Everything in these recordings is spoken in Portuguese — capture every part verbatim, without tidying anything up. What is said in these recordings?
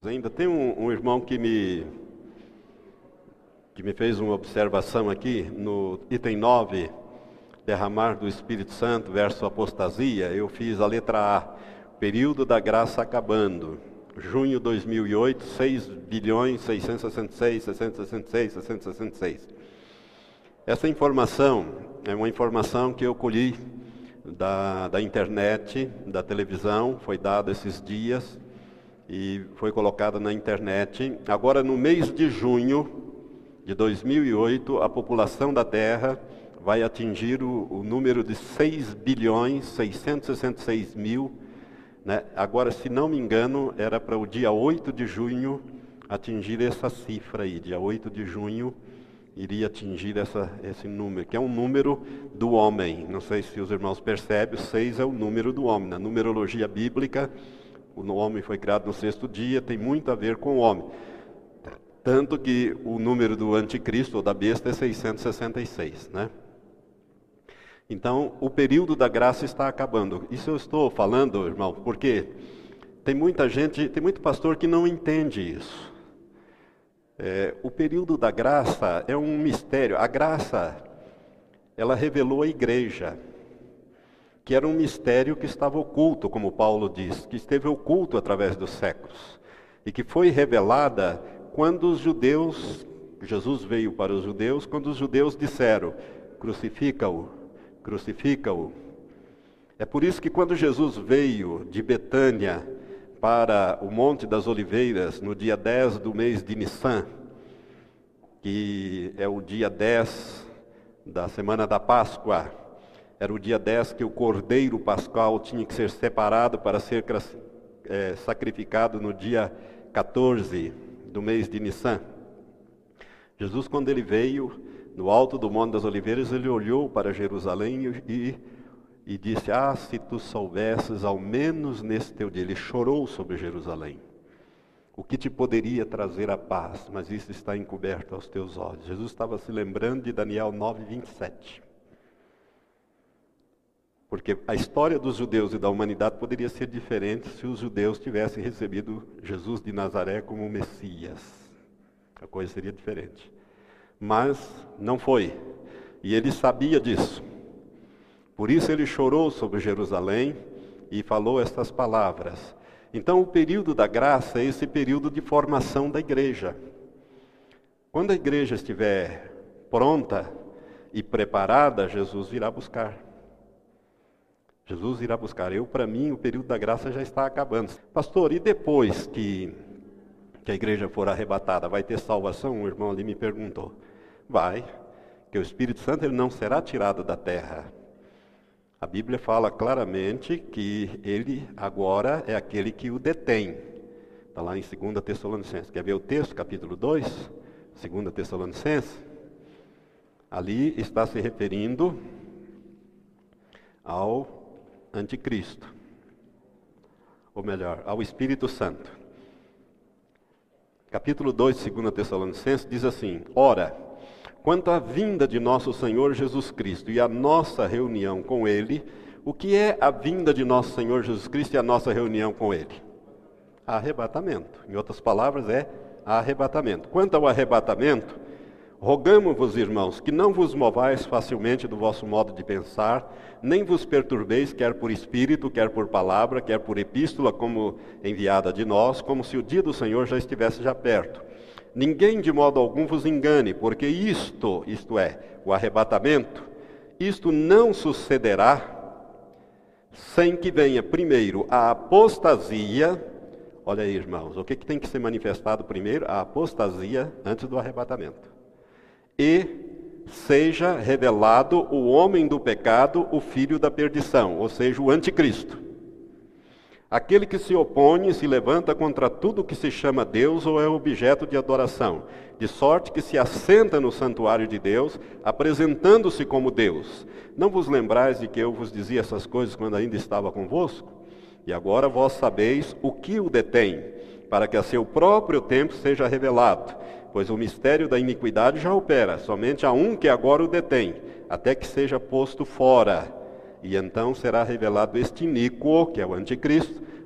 Ainda tem um, um irmão que me, que me fez uma observação aqui, no item nove, derramar do Espírito Santo versus apostasia. Eu fiz a letra A, período da graça acabando. Junho de dois mil e oito, seis bilhões, seiscentos e sessenta e seis, seiscentos e sessenta e seis, seiscentos e sessenta e seis. Essa informação é uma informação que eu colhi da, da internet, da televisão, foi dada esses dias e foi colocada na internet. Agora, no mês de junho de dois mil e oito, a população da Terra vai atingir o, o número de seis bilhões, seiscentos e sessenta e seis mil. Né? Agora, se não me engano, era para o dia oito de junho atingir essa cifra aí. Dia oito de junho iria atingir essa, esse número, que é um número do homem. Não sei se os irmãos percebem, o seis é o número do homem. Na numerologia bíblica, o homem foi criado no sexto dia, tem muito a ver com o homem. Tanto que o número do anticristo, ou da besta, é seiscentos e sessenta e seis, né? Então, o período da graça está acabando. Isso eu estou falando, irmão, porque tem muita gente, tem muito pastor que não entende isso. É, o período da graça é um mistério. A graça, ela revelou a igreja, que era um mistério que estava oculto, como Paulo diz, que esteve oculto através dos séculos, e que foi revelada quando os judeus, Jesus veio para os judeus, quando os judeus disseram, crucifica-o, crucifica-o. É por isso que quando Jesus veio de Betânia para o Monte das Oliveiras, no dia dez do mês de Nissan, que é o dia dez da semana da Páscoa, era o dia dez que o cordeiro pascal tinha que ser separado para ser é, sacrificado no dia quatorze do mês de Nissan. Jesus, quando ele veio no alto do Monte das Oliveiras, ele olhou para Jerusalém e, e disse, ah, se tu soubesses, ao menos nesse teu dia, ele chorou sobre Jerusalém, o que te poderia trazer a paz, mas isso está encoberto aos teus olhos. Jesus estava se lembrando de Daniel nove, vinte e sete. Porque a história dos judeus e da humanidade poderia ser diferente se os judeus tivessem recebido Jesus de Nazaré como Messias. A coisa seria diferente. Mas não foi. E ele sabia disso. Por isso ele chorou sobre Jerusalém e falou estas palavras. Então o período da graça é esse período de formação da igreja. Quando a igreja estiver pronta e preparada, Jesus virá buscar. Jesus irá buscar. Eu, para mim, o período da graça já está acabando. Pastor, e depois que, que a igreja for arrebatada, vai ter salvação? Um irmão ali me perguntou. Vai, que o Espírito Santo ele não será tirado da terra. A Bíblia fala claramente que ele agora é aquele que o detém. Está lá em segunda Tessalonicenses. Quer ver o texto, capítulo dois? segunda Tessalonicenses. Ali está se referindo ao anticristo, ou melhor, ao Espírito Santo. Capítulo dois, segunda Tessalonicenses, diz assim, ora, quanto à vinda de nosso Senhor Jesus Cristo e a nossa reunião com Ele, o que é a vinda de nosso Senhor Jesus Cristo e a nossa reunião com Ele? Arrebatamento. Em outras palavras, é arrebatamento. Quanto ao arrebatamento, rogamo-vos, irmãos, que não vos movais facilmente do vosso modo de pensar, nem vos perturbeis, quer por espírito, quer por palavra, quer por epístola, como enviada de nós, como se o dia do Senhor já estivesse já perto. Ninguém de modo algum vos engane, porque isto, isto é, o arrebatamento, isto não sucederá sem que venha primeiro a apostasia. Olha aí, irmãos, o que, que tem que ser manifestado primeiro? A apostasia antes do arrebatamento. E seja revelado o homem do pecado, o filho da perdição, ou seja, o anticristo. Aquele que se opõe e se levanta contra tudo que se chama Deus ou é objeto de adoração, de sorte que se assenta no santuário de Deus, apresentando-se como Deus. Não vos lembrais de que eu vos dizia essas coisas quando ainda estava convosco? E agora vós sabeis o que o detém, para que a seu próprio tempo seja revelado. Pois o mistério da iniquidade já opera, somente há um que agora o detém, até que seja posto fora. E então será revelado este iníquo, que é o anticristo,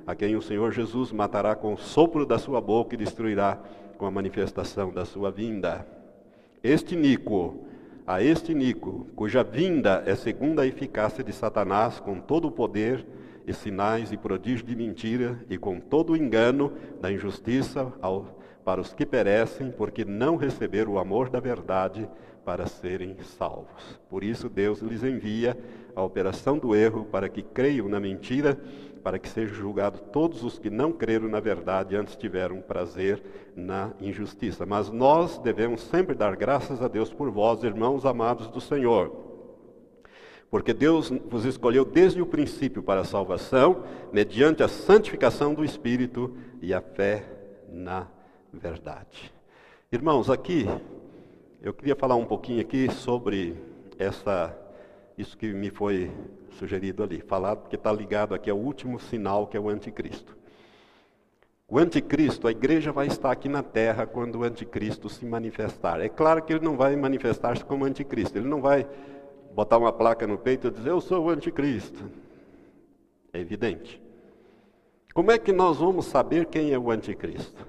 a quem o Senhor Jesus matará com o sopro da sua boca e destruirá com a manifestação da sua vinda. Este iníquo, a este iníquo, cuja vinda é segundo a eficácia de Satanás, com todo o poder e sinais e prodígio de mentira, e com todo o engano da injustiça ao, para os que perecem, porque não receberam o amor da verdade para serem salvos. Por isso Deus lhes envia a operação do erro, para que creiam na mentira, para que sejam julgados todos os que não creram na verdade, antes tiveram prazer na injustiça. Mas nós devemos sempre dar graças a Deus por vós, irmãos amados do Senhor, porque Deus vos escolheu desde o princípio para a salvação, mediante a santificação do Espírito e a fé na verdade. Irmãos, aqui, eu queria falar um pouquinho aqui sobre essa, isso que me foi sugerido ali, falar, porque está ligado aqui ao último sinal, que é o anticristo. O anticristo, a igreja vai estar aqui na terra quando o anticristo se manifestar. É claro que ele não vai manifestar-se como anticristo, ele não vai botar uma placa no peito e dizer, eu sou o anticristo. É evidente. Como é que nós vamos saber quem é o anticristo?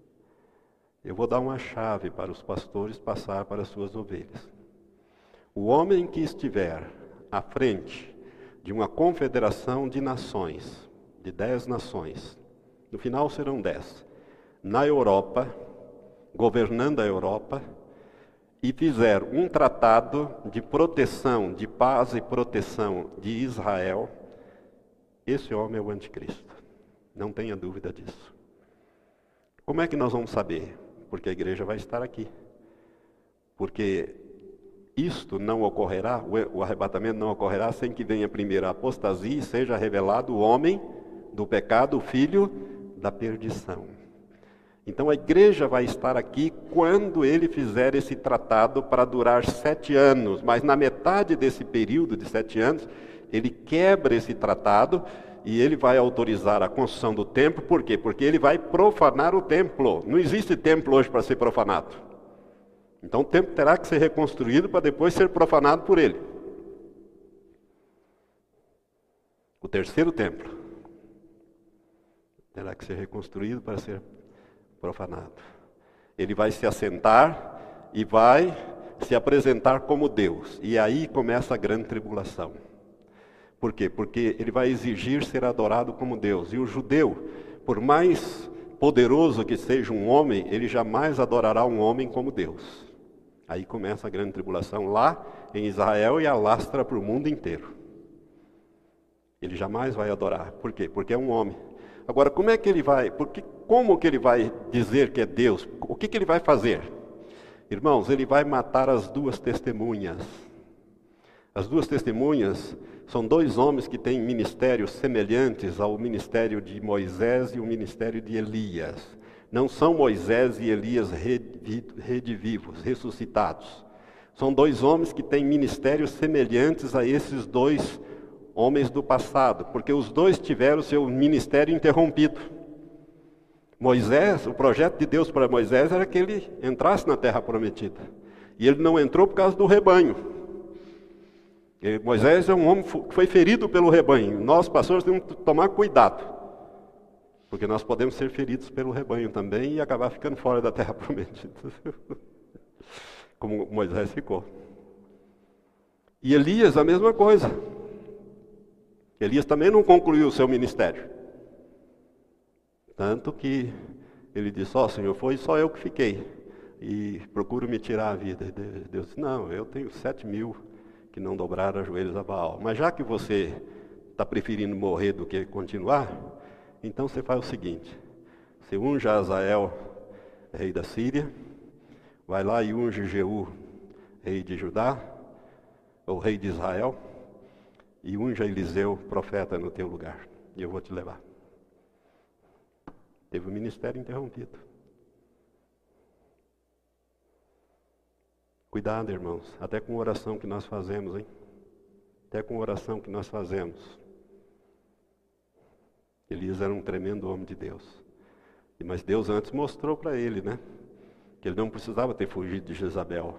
Eu vou dar uma chave para os pastores passar para as suas ovelhas. O homem que estiver à frente de uma confederação de nações, de dez nações, no final serão dez, na Europa, governando a Europa, e fizer um tratado de proteção, de paz e proteção de Israel, esse homem é o anticristo. Não tenha dúvida disso. Como é que nós vamos saber? Porque a igreja vai estar aqui. Porque isto não ocorrerá, o arrebatamento não ocorrerá sem que venha primeiro a apostasia e seja revelado o homem do pecado, o filho da perdição. Então a igreja vai estar aqui quando ele fizer esse tratado para durar sete anos. Mas na metade desse período de sete anos, ele quebra esse tratado e ele vai autorizar a construção do templo. Por quê? Porque ele vai profanar o templo. Não existe templo hoje para ser profanado. Então o templo terá que ser reconstruído para depois ser profanado por ele. O terceiro templo terá que ser reconstruído para ser profanado. Ele vai se assentar e vai se apresentar como Deus. E aí começa a grande tribulação. Por quê? Porque ele vai exigir ser adorado como Deus. E o judeu, por mais poderoso que seja um homem, ele jamais adorará um homem como Deus. Aí começa a grande tribulação lá em Israel e alastra para o mundo inteiro. Ele jamais vai adorar. Por quê? Porque é um homem. Agora, como é que ele vai, porque, como que ele vai dizer que é Deus? O que, que ele vai fazer? Irmãos, ele vai matar as duas testemunhas. As duas testemunhas são dois homens que têm ministérios semelhantes ao ministério de Moisés e o ministério de Elias. Não são Moisés e Elias redivivos, ressuscitados. São dois homens que têm ministérios semelhantes a esses dois homens do passado, porque os dois tiveram seu ministério interrompido. Moisés, o projeto de Deus para Moisés era que ele entrasse na terra prometida. E ele não entrou por causa do rebanho. E Moisés é um homem que foi ferido pelo rebanho. Nós, pastores, temos que tomar cuidado, porque nós podemos ser feridos pelo rebanho também e acabar ficando fora da terra prometida. Como Moisés ficou. E Elias, a mesma coisa. Elias também não concluiu o seu ministério. Tanto que ele disse, ó, Senhor, foi só eu que fiquei. E procuro me tirar a vida. E Deus disse, não, eu tenho sete mil que não dobraram os joelhos a Baal. Mas já que você está preferindo morrer do que continuar, então você faz o seguinte. Você unge Azael, rei da Síria. Vai lá e unge Jeú, rei de Judá, ou rei de Israel. E unja Eliseu, profeta, no teu lugar. E eu vou te levar. Teve o ministério interrompido. Cuidado, irmãos. Até com a oração que nós fazemos, hein? Até com a oração que nós fazemos. Elias era um tremendo homem de Deus. Mas Deus antes mostrou para ele, né? Que ele não precisava ter fugido de Jezabel.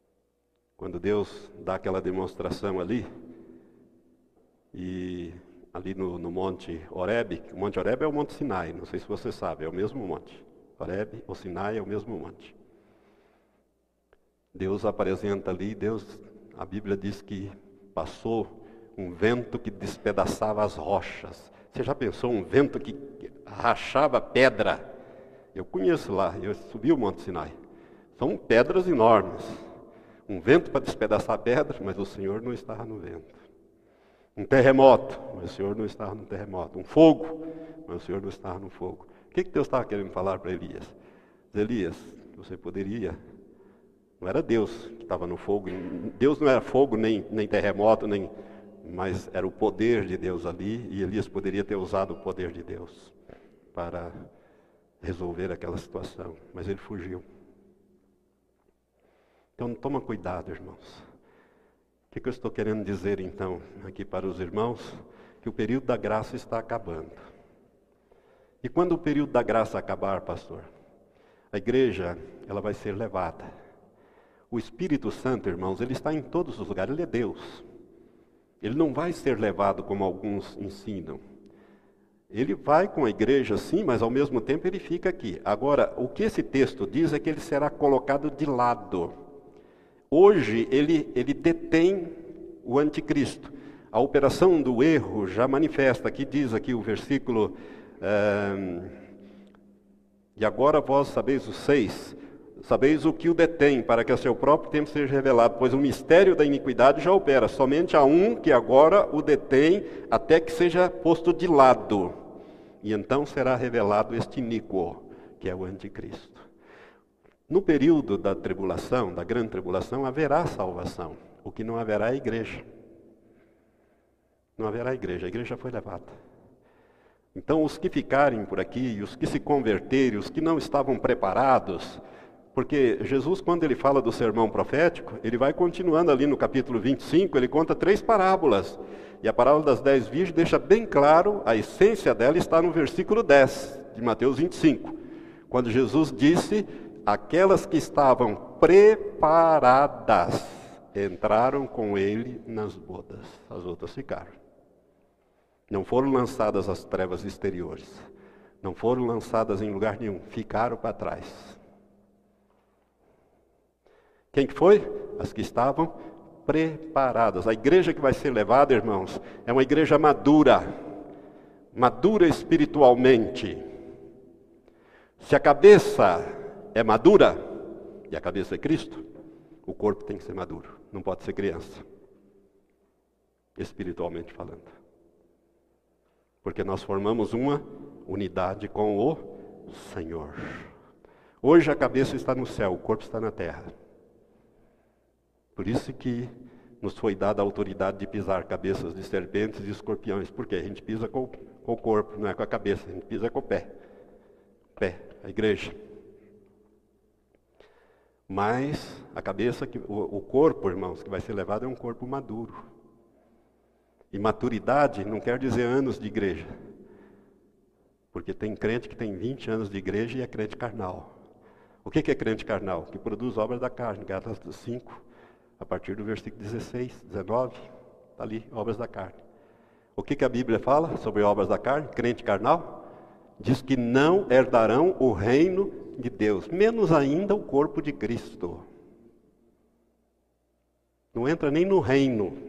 Quando Deus dá aquela demonstração ali, e ali no, no Monte Horebe. O Monte Horebe é o Monte Sinai, não sei se você sabe, é o mesmo monte. Horebe ou Sinai é o mesmo monte. Deus apresenta ali, Deus, a Bíblia diz que passou um vento que despedaçava as rochas. Você já pensou um vento que rachava pedra? Eu conheço lá, eu subi o Monte Sinai. São pedras enormes. Um vento para despedaçar pedra, mas o Senhor não estava no vento. Um terremoto, mas o Senhor não estava no terremoto. Um fogo, mas o Senhor não estava no fogo. O que, que Deus estava querendo falar para Elias? Elias, você poderia... Não era Deus que estava no fogo. Deus não era fogo, nem, nem terremoto, nem... mas era o poder de Deus ali, e Elias poderia ter usado o poder de Deus para resolver aquela situação, mas ele fugiu. Então, toma cuidado, irmãos. O que, que eu estou querendo dizer, então, aqui para os irmãos? Que o período da graça está acabando. E quando o período da graça acabar, pastor? A igreja, ela vai ser levada. O Espírito Santo, irmãos, ele está em todos os lugares, ele é Deus. Ele não vai ser levado como alguns ensinam. Ele vai com a igreja sim, mas ao mesmo tempo ele fica aqui. Agora, o que esse texto diz é que ele será colocado de lado. Hoje ele, ele detém o anticristo. A operação do erro já manifesta. Aqui diz aqui o versículo... Um, e agora vós sabeis os seis... Sabeis o que o detém, para que a seu próprio tempo seja revelado, pois o mistério da iniquidade já opera. Somente há um que agora o detém, até que seja posto de lado. E então será revelado este iníquo, que é o anticristo. No período da tribulação, da grande tribulação, haverá salvação. O que não haverá é a igreja. Não haverá igreja, a igreja foi levada. Então os que ficarem por aqui, os que se converterem, os que não estavam preparados... Porque Jesus, quando ele fala do sermão profético, ele vai continuando ali no capítulo vinte e cinco, ele conta três parábolas. E a parábola das dez virgens deixa bem claro, a essência dela está no versículo dez de Mateus vinte e cinco. Quando Jesus disse, aquelas que estavam preparadas, entraram com ele nas bodas. As outras ficaram. Não foram lançadas às trevas exteriores. Não foram lançadas em lugar nenhum. Ficaram para trás. Quem que foi? As que estavam preparadas. A igreja que vai ser levada, irmãos, é uma igreja madura. Madura espiritualmente. Se a cabeça é madura, e a cabeça é Cristo, o corpo tem que ser maduro. Não pode ser criança. Espiritualmente falando. Porque nós formamos uma unidade com o Senhor. Hoje a cabeça está no céu, o corpo está na terra. Por isso que nos foi dada a autoridade de pisar cabeças de serpentes e escorpiões. Porque a gente pisa com, com o corpo, não é com a cabeça, a gente pisa com o pé. O pé, a igreja. Mas a cabeça, que, o, o corpo, irmãos, que vai ser levado é um corpo maduro. E maturidade não quer dizer anos de igreja. Porque tem crente que tem vinte anos de igreja e é crente carnal. O que é crente carnal? Que produz obras da carne, Gálatas cinco. A partir do versículo dezesseis, dezenove, está ali, obras da carne. O que, que a Bíblia fala sobre obras da carne? Crente carnal? Diz que não herdarão o reino de Deus, menos ainda o corpo de Cristo. Não entra nem no reino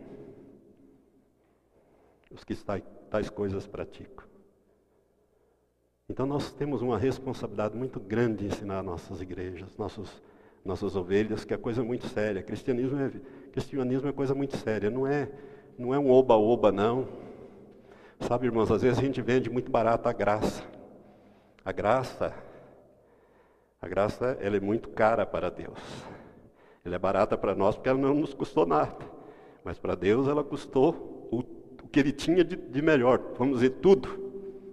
os que tais coisas praticam. Então nós temos uma responsabilidade muito grande de ensinar nossas igrejas, nossos nossas ovelhas, que é coisa muito séria. Cristianismo é, cristianismo é coisa muito séria, não é, não é um oba-oba, não. Sabe, irmãos, às vezes a gente vende muito barato a graça. A graça, a graça, ela é muito cara para Deus. Ela é barata para nós porque ela não nos custou nada. Mas para Deus ela custou o, o que Ele tinha de, de melhor, vamos dizer, tudo.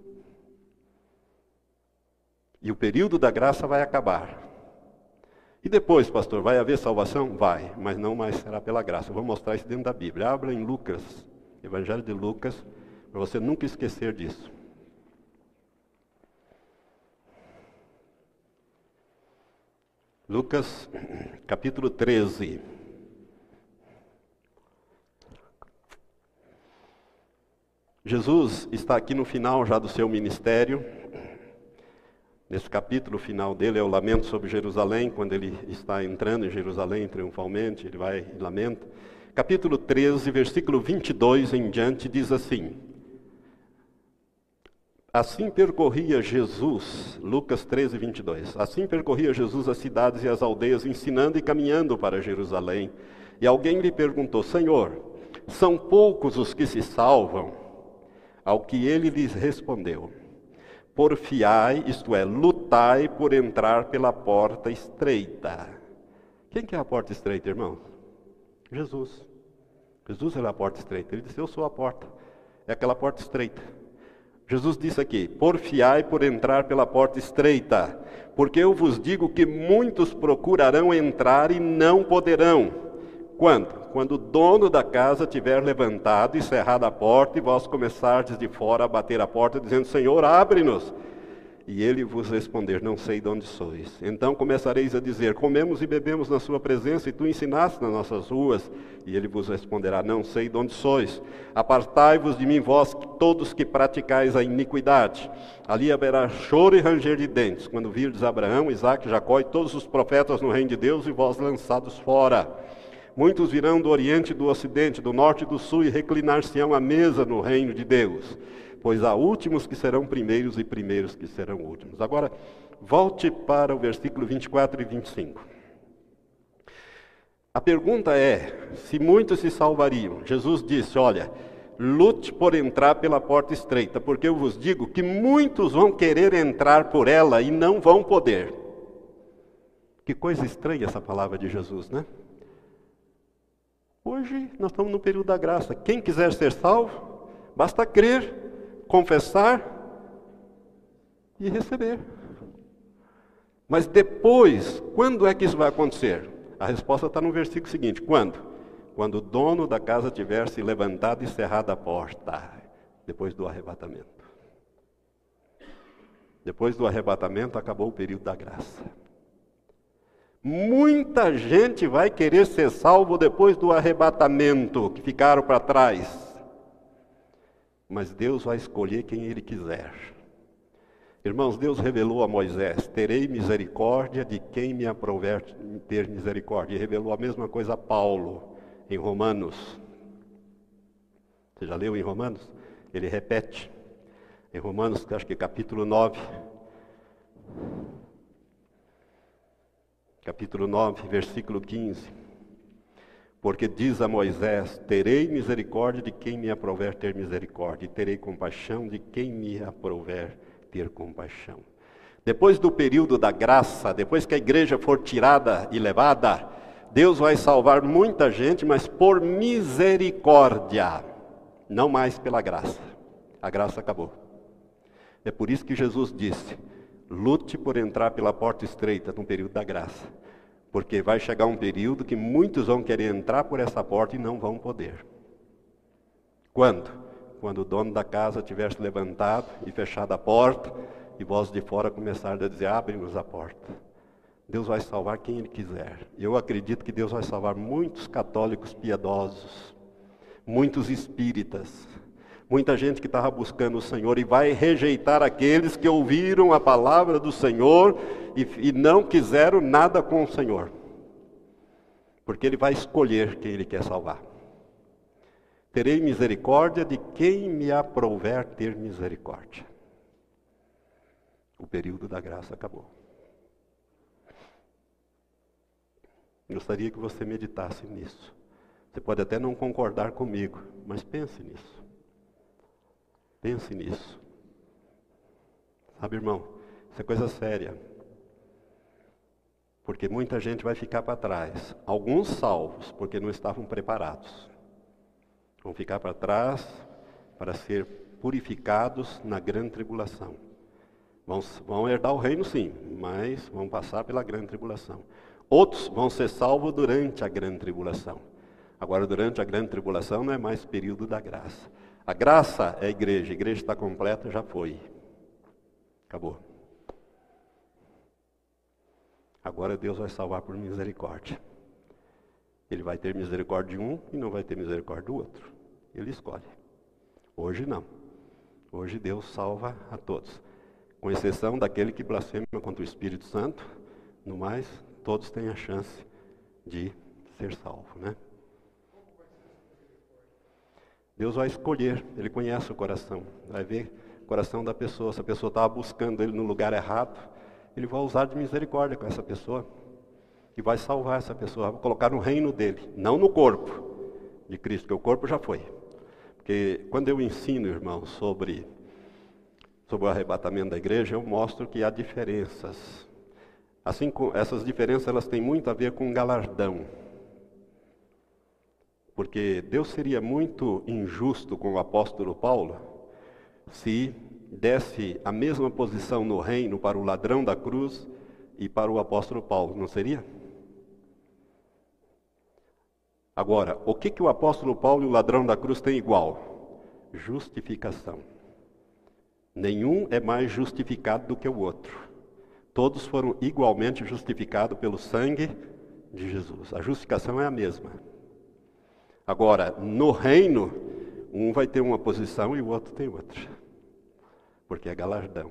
E o período da graça vai acabar. E depois, pastor, vai haver salvação? Vai, mas não mais será pela graça. Eu vou mostrar isso dentro da Bíblia. Abra em Lucas, Evangelho de Lucas, para você nunca esquecer disso. Lucas, capítulo treze. Jesus está aqui no final já do seu ministério. Nesse capítulo final dele é o lamento sobre Jerusalém, quando ele está entrando em Jerusalém triunfalmente, ele vai e lamenta. Capítulo treze, versículo vinte e dois em diante, diz assim: Assim percorria Jesus, Lucas treze, vinte e dois, assim percorria Jesus as cidades e as aldeias, ensinando e caminhando para Jerusalém. E alguém lhe perguntou: Senhor, são poucos os que se salvam? Ao que ele lhes respondeu: Porfiai, isto é, lutai por entrar pela porta estreita. Quem que é a porta estreita, irmão? Jesus. Jesus era a porta estreita. Ele disse: eu sou a porta. É aquela porta estreita. Jesus disse aqui: porfiai por entrar pela porta estreita, porque eu vos digo que muitos procurarão entrar e não poderão. Quando? Quando o dono da casa tiver levantado e cerrado a porta, e vós começardes de fora a bater a porta, dizendo: Senhor, abre-nos. E ele vos responder: não sei de onde sois. Então começareis a dizer: comemos e bebemos na sua presença, e tu ensinaste nas nossas ruas. E ele vos responderá: não sei de onde sois. Apartai-vos de mim, vós todos que praticais a iniquidade. Ali haverá choro e ranger de dentes, quando virdes Abraão, Isaque, Jacó e todos os profetas no reino de Deus, e vós lançados fora. Muitos virão do oriente e do ocidente, do norte e do sul, e reclinar-se-ão à mesa no reino de Deus. Pois há últimos que serão primeiros e primeiros que serão últimos. Agora, volte para o versículo vinte e quatro e vinte e cinco. A pergunta é, se muitos se salvariam. Jesus disse: olha, lute por entrar pela porta estreita, porque eu vos digo que muitos vão querer entrar por ela e não vão poder. Que coisa estranha essa palavra de Jesus, né? Hoje nós estamos no período da graça. Quem quiser ser salvo, basta crer, confessar e receber. Mas depois, quando é que isso vai acontecer? A resposta está no versículo seguinte: quando? Quando o dono da casa tiver se levantado e cerrado a porta, depois do arrebatamento. Depois do arrebatamento acabou o período da graça. Muita gente vai querer ser salvo depois do arrebatamento, que ficaram para trás. Mas Deus vai escolher quem Ele quiser. Irmãos, Deus revelou a Moisés: terei misericórdia de quem me aprouver ter misericórdia. E revelou a mesma coisa a Paulo, em Romanos. Você já leu em Romanos? Ele repete. Em Romanos, acho que capítulo nove. Capítulo nove, versículo quinze. Porque diz a Moisés: terei misericórdia de quem me aprouver ter misericórdia, e terei compaixão de quem me aprouver ter compaixão. Depois do período da graça, depois que a igreja for tirada e levada, Deus vai salvar muita gente, mas por misericórdia, não mais pela graça. A graça acabou. É por isso que Jesus disse: lute por entrar pela porta estreita no período da graça. Porque vai chegar um período que muitos vão querer entrar por essa porta e não vão poder. Quando? Quando o dono da casa tiver se levantado e fechado a porta, e vós de fora começarem a dizer: abre-nos a porta. Deus vai salvar quem Ele quiser. Eu acredito que Deus vai salvar muitos católicos piedosos, muitos espíritas, muita gente que estava buscando o Senhor, e vai rejeitar aqueles que ouviram a palavra do Senhor e, e não quiseram nada com o Senhor. Porque Ele vai escolher quem Ele quer salvar. Terei misericórdia de quem me aprouver ter misericórdia. O período da graça acabou. Gostaria que você meditasse nisso. Você pode até não concordar comigo, mas pense nisso. Pense nisso. Sabe, irmão, isso é coisa séria. Porque muita gente vai ficar para trás. Alguns salvos, porque não estavam preparados. Vão ficar para trás para ser purificados na grande tribulação. Vão, vão herdar o reino, sim, mas vão passar pela grande tribulação. Outros vão ser salvos durante a grande tribulação. Agora, durante a grande tribulação não é mais período da graça. A graça é a igreja. A igreja está completa, já foi. Acabou. Agora Deus vai salvar por misericórdia. Ele vai ter misericórdia de um e não vai ter misericórdia do outro. Ele escolhe. Hoje não. Hoje Deus salva a todos, com exceção daquele que blasfema contra o Espírito Santo. No mais, todos têm a chance de ser salvo, né? Deus vai escolher, Ele conhece o coração, vai ver o coração da pessoa. Se a pessoa estava buscando Ele no lugar errado, Ele vai usar de misericórdia com essa pessoa e vai salvar essa pessoa, vai colocar no reino dEle, não no corpo de Cristo, porque o corpo já foi. Porque quando eu ensino, irmãos, sobre, sobre o arrebatamento da igreja, eu mostro que há diferenças. Assim, essas diferenças elas têm muito a ver com galardão. Porque Deus seria muito injusto com o apóstolo Paulo se desse a mesma posição no reino para o ladrão da cruz e para o apóstolo Paulo, não seria? Agora, o que, que o apóstolo Paulo e o ladrão da cruz têm igual? Justificação. Nenhum é mais justificado do que o outro. Todos foram igualmente justificados pelo sangue de Jesus. A justificação é a mesma. Agora, no reino, um vai ter uma posição e o outro tem outra. Porque é galardão.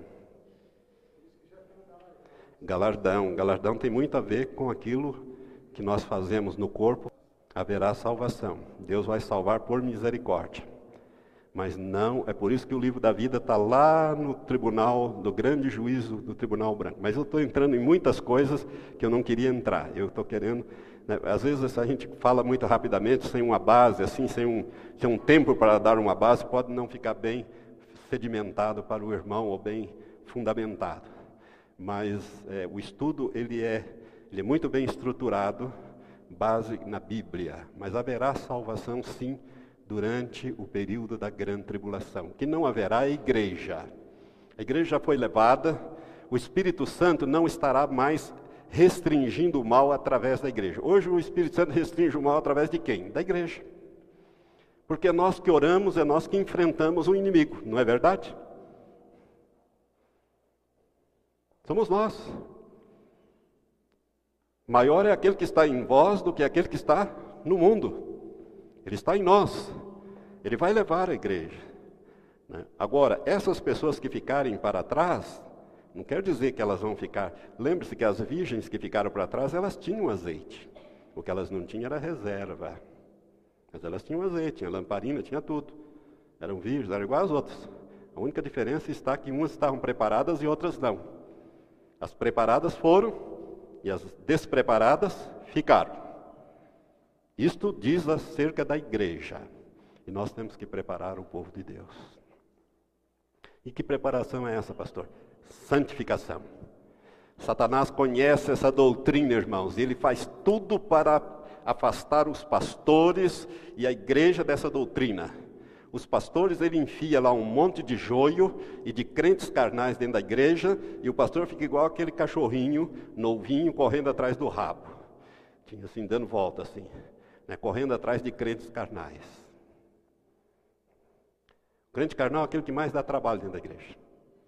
Galardão. Galardão tem muito a ver com aquilo que nós fazemos no corpo. Haverá salvação. Deus vai salvar por misericórdia. Mas não, é por isso que o livro da vida está lá no tribunal, do grande juízo do tribunal branco. Mas eu estou entrando em muitas coisas que eu não queria entrar. Eu estou querendo, né, às vezes a gente fala muito rapidamente, sem uma base, assim, sem um, sem um tempo para dar uma base, pode não ficar bem sedimentado para o irmão, ou bem fundamentado. Mas é, o estudo, ele é, ele é muito bem estruturado, base na Bíblia. Mas haverá salvação, sim, durante o período da grande tribulação, que não haverá igreja. A igreja já foi levada, o Espírito Santo não estará mais restringindo o mal através da igreja. Hoje o Espírito Santo restringe o mal através de quem? Da igreja. Porque nós que oramos, é nós que enfrentamos o inimigo, não é verdade? Somos nós. Maior é aquele que está em vós do que aquele que está no mundo. Ele está em nós. Ele vai levar a igreja. Né? Agora, essas pessoas que ficarem para trás, não quer dizer que elas vão ficar... Lembre-se que as virgens que ficaram para trás, elas tinham azeite. O que elas não tinham era reserva. Mas elas tinham azeite, tinha lamparina, tinha tudo. Eram virgens, eram igual às outras. A única diferença está que umas estavam preparadas e outras não. As preparadas foram e as despreparadas ficaram. Isto diz acerca da igreja. E nós temos que preparar o povo de Deus. E que preparação é essa, pastor? Santificação. Satanás conhece essa doutrina, irmãos. E ele faz tudo para afastar os pastores e a igreja dessa doutrina. Os pastores, ele enfia lá um monte de joio e de crentes carnais dentro da igreja. E o pastor fica igual aquele cachorrinho novinho correndo atrás do rabo. Tinha assim, dando volta assim. Né, correndo atrás de crentes carnais. O crente carnal é aquele que mais dá trabalho dentro da igreja.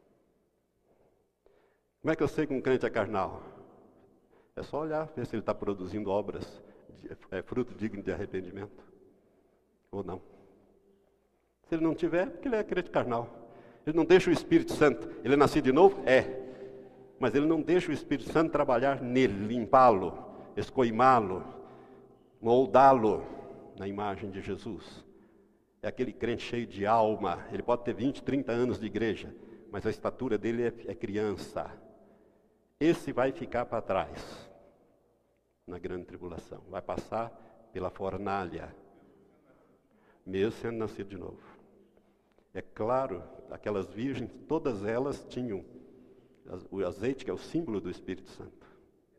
Como é que eu sei que um crente é carnal? É só olhar, ver se ele está produzindo obras, de, é, fruto digno de arrependimento. Ou não. Se ele não tiver, é porque ele é crente carnal. Ele não deixa o Espírito Santo. Ele é nascido de novo? É. Mas ele não deixa o Espírito Santo trabalhar nele, limpá-lo, escoimá-lo, moldá-lo na imagem de Jesus. É aquele crente cheio de alma. Ele pode ter vinte, trinta anos de igreja, mas a estatura dele é, é criança. Esse vai ficar para trás na grande tribulação. Vai passar pela fornalha, mesmo sendo nascido de novo. É claro, aquelas virgens, todas elas tinham o azeite, que é o símbolo do Espírito Santo.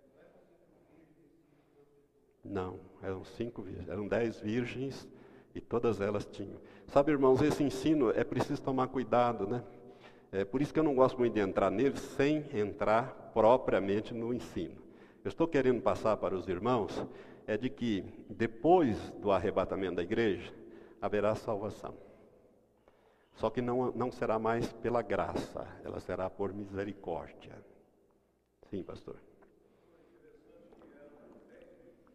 Não, eram cinco virgens, eram dez virgens e todas elas tinham. Sabe, irmãos, esse ensino é preciso tomar cuidado, né? É por isso que eu não gosto muito de entrar nele sem entrar propriamente no ensino. Eu estou querendo passar para os irmãos é de que depois do arrebatamento da igreja haverá salvação. Só que não, não será mais pela graça, ela será por misericórdia. Sim, pastor.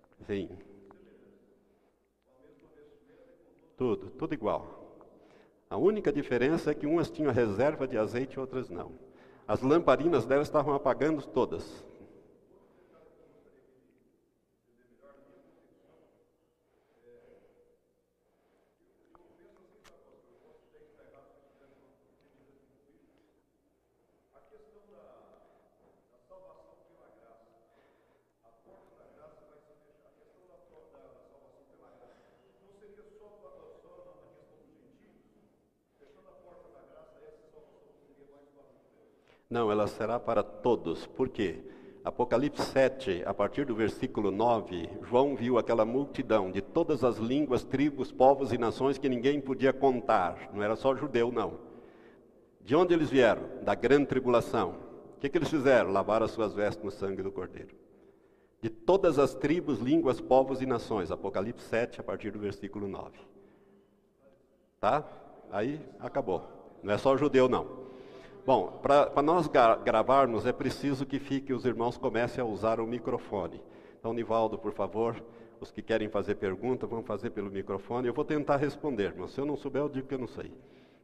Sim. Tudo, tudo igual. A única diferença é que umas tinham reserva de azeite e outras não. As lamparinas delas estavam apagando todas. Não, ela será para todos. Por quê? Apocalipse sete, a partir do versículo nove, João viu aquela multidão de todas as línguas, tribos, povos e nações que ninguém podia contar. Não era só judeu, não. De onde eles vieram? Da grande tribulação. O que, que eles fizeram? Lavaram as suas vestes no sangue do Cordeiro. De todas as tribos, línguas, povos e nações. Apocalipse sete, a partir do versículo nove. Tá? Aí, acabou. Não é só judeu, não. Bom, para nós gra gravarmos é preciso que fique, os irmãos comecem a usar o microfone. Então, Nivaldo, por favor, os que querem fazer pergunta, vão fazer pelo microfone. Eu vou tentar responder, mas se eu não souber, eu digo que eu não sei.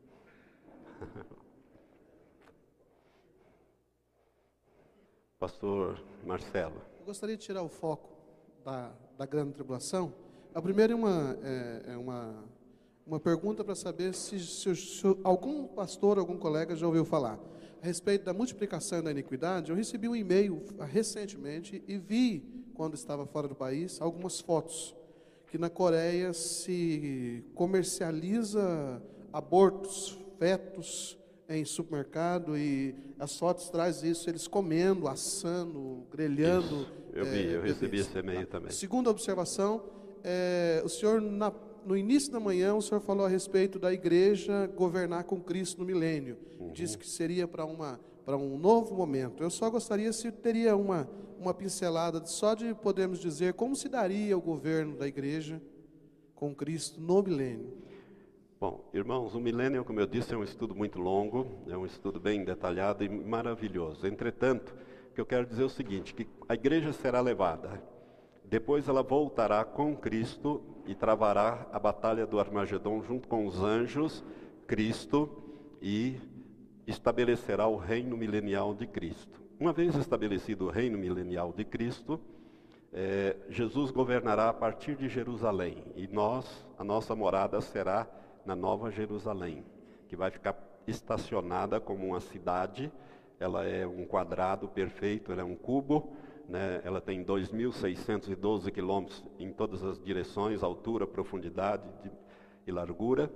Pastor Marcelo. Eu gostaria de tirar o foco da, da grande tribulação. A primeira é uma, é, é uma, uma pergunta para saber se, se, se algum pastor, algum colega já ouviu falar a respeito da multiplicação da iniquidade. Eu recebi um e-mail recentemente e vi, quando estava fora do país, algumas fotos que na Coreia se comercializa abortos, fetos em supermercado, e as fotos trazem isso, eles comendo, assando, grelhando. Isso, eu vi, é, eu recebi esse e-mail também. Segunda observação, é, o senhor, na, no início da manhã, o senhor falou a respeito da igreja governar com Cristo no milênio. Uhum. Disse que seria para uma para um novo momento. Eu só gostaria se teria uma, uma pincelada só de podermos dizer como se daria o governo da igreja com Cristo no milênio. Bom, irmãos, o milênio, como eu disse, é um estudo muito longo, é um estudo bem detalhado e maravilhoso. Entretanto, o que eu quero dizer é o seguinte, que a igreja será levada, depois ela voltará com Cristo e travará a batalha do Armagedon junto com os anjos, Cristo, e estabelecerá o reino milenial de Cristo. Uma vez estabelecido o reino milenial de Cristo, é, Jesus governará a partir de Jerusalém, e nós, a nossa morada será na Nova Jerusalém, que vai ficar estacionada como uma cidade. Ela é um quadrado perfeito, ela é um cubo, né? Ela tem dois mil seiscentos e doze quilômetros em todas as direções, altura, profundidade de, e largura,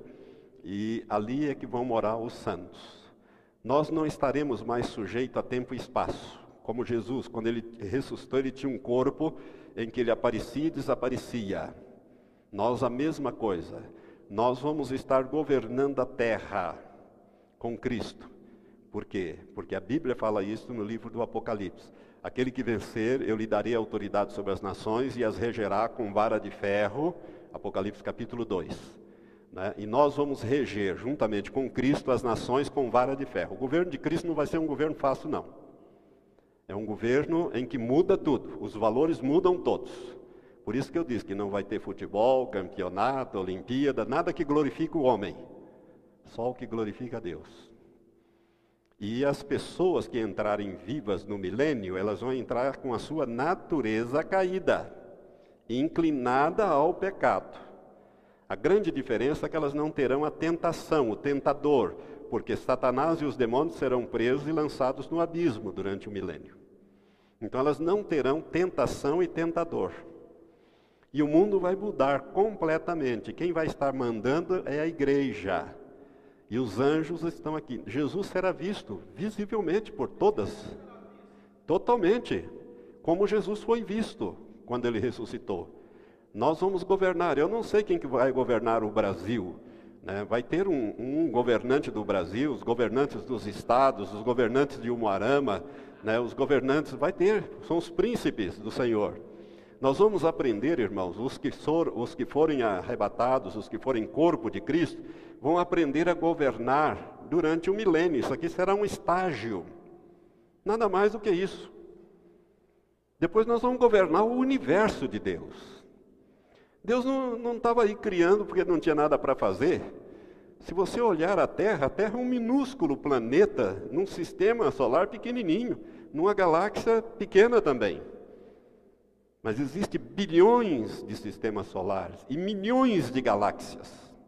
e ali é que vão morar os santos. Nós não estaremos mais sujeitos a tempo e espaço. Como Jesus, quando ele ressuscitou, ele tinha um corpo em que ele aparecia e desaparecia. Nós a mesma coisa. Nós vamos estar governando a terra com Cristo. Por quê? Porque a Bíblia fala isso no livro do Apocalipse. Aquele que vencer, eu lhe darei autoridade sobre as nações e as regerá com vara de ferro. Apocalipse capítulo dois. Né? E nós vamos reger, juntamente com Cristo, as nações com vara de ferro. O governo de Cristo não vai ser um governo fácil, não. É um governo em que muda tudo. Os valores mudam todos. Por isso que eu disse que não vai ter futebol, campeonato, Olimpíada, nada que glorifique o homem. Só o que glorifica a Deus. E as pessoas que entrarem vivas no milênio, elas vão entrar com a sua natureza caída, inclinada ao pecado. A grande diferença é que elas não terão a tentação, o tentador, porque Satanás e os demônios serão presos e lançados no abismo durante o milênio. Então elas não terão tentação e tentador. E o mundo vai mudar completamente. Quem vai estar mandando é a igreja. E os anjos estão aqui. Jesus será visto visivelmente por todas. Totalmente. Como Jesus foi visto quando ele ressuscitou. Nós vamos governar. Eu não sei quem que vai governar o Brasil. Né? Vai ter um, um governante do Brasil, os governantes dos estados, os governantes de Umuarama, né? Os governantes, vai ter, são os príncipes do Senhor. Nós vamos aprender, irmãos, os que, for, os que forem arrebatados, os que forem corpo de Cristo, vão aprender a governar durante o milênio. Isso aqui será um estágio. Nada mais do que isso. Depois nós vamos governar o universo de Deus. Deus não estava aí criando porque não tinha nada para fazer. Se você olhar a Terra, a Terra é um minúsculo planeta num sistema solar pequenininho, numa galáxia pequena também. Mas existem bilhões de sistemas solares e milhões de galáxias.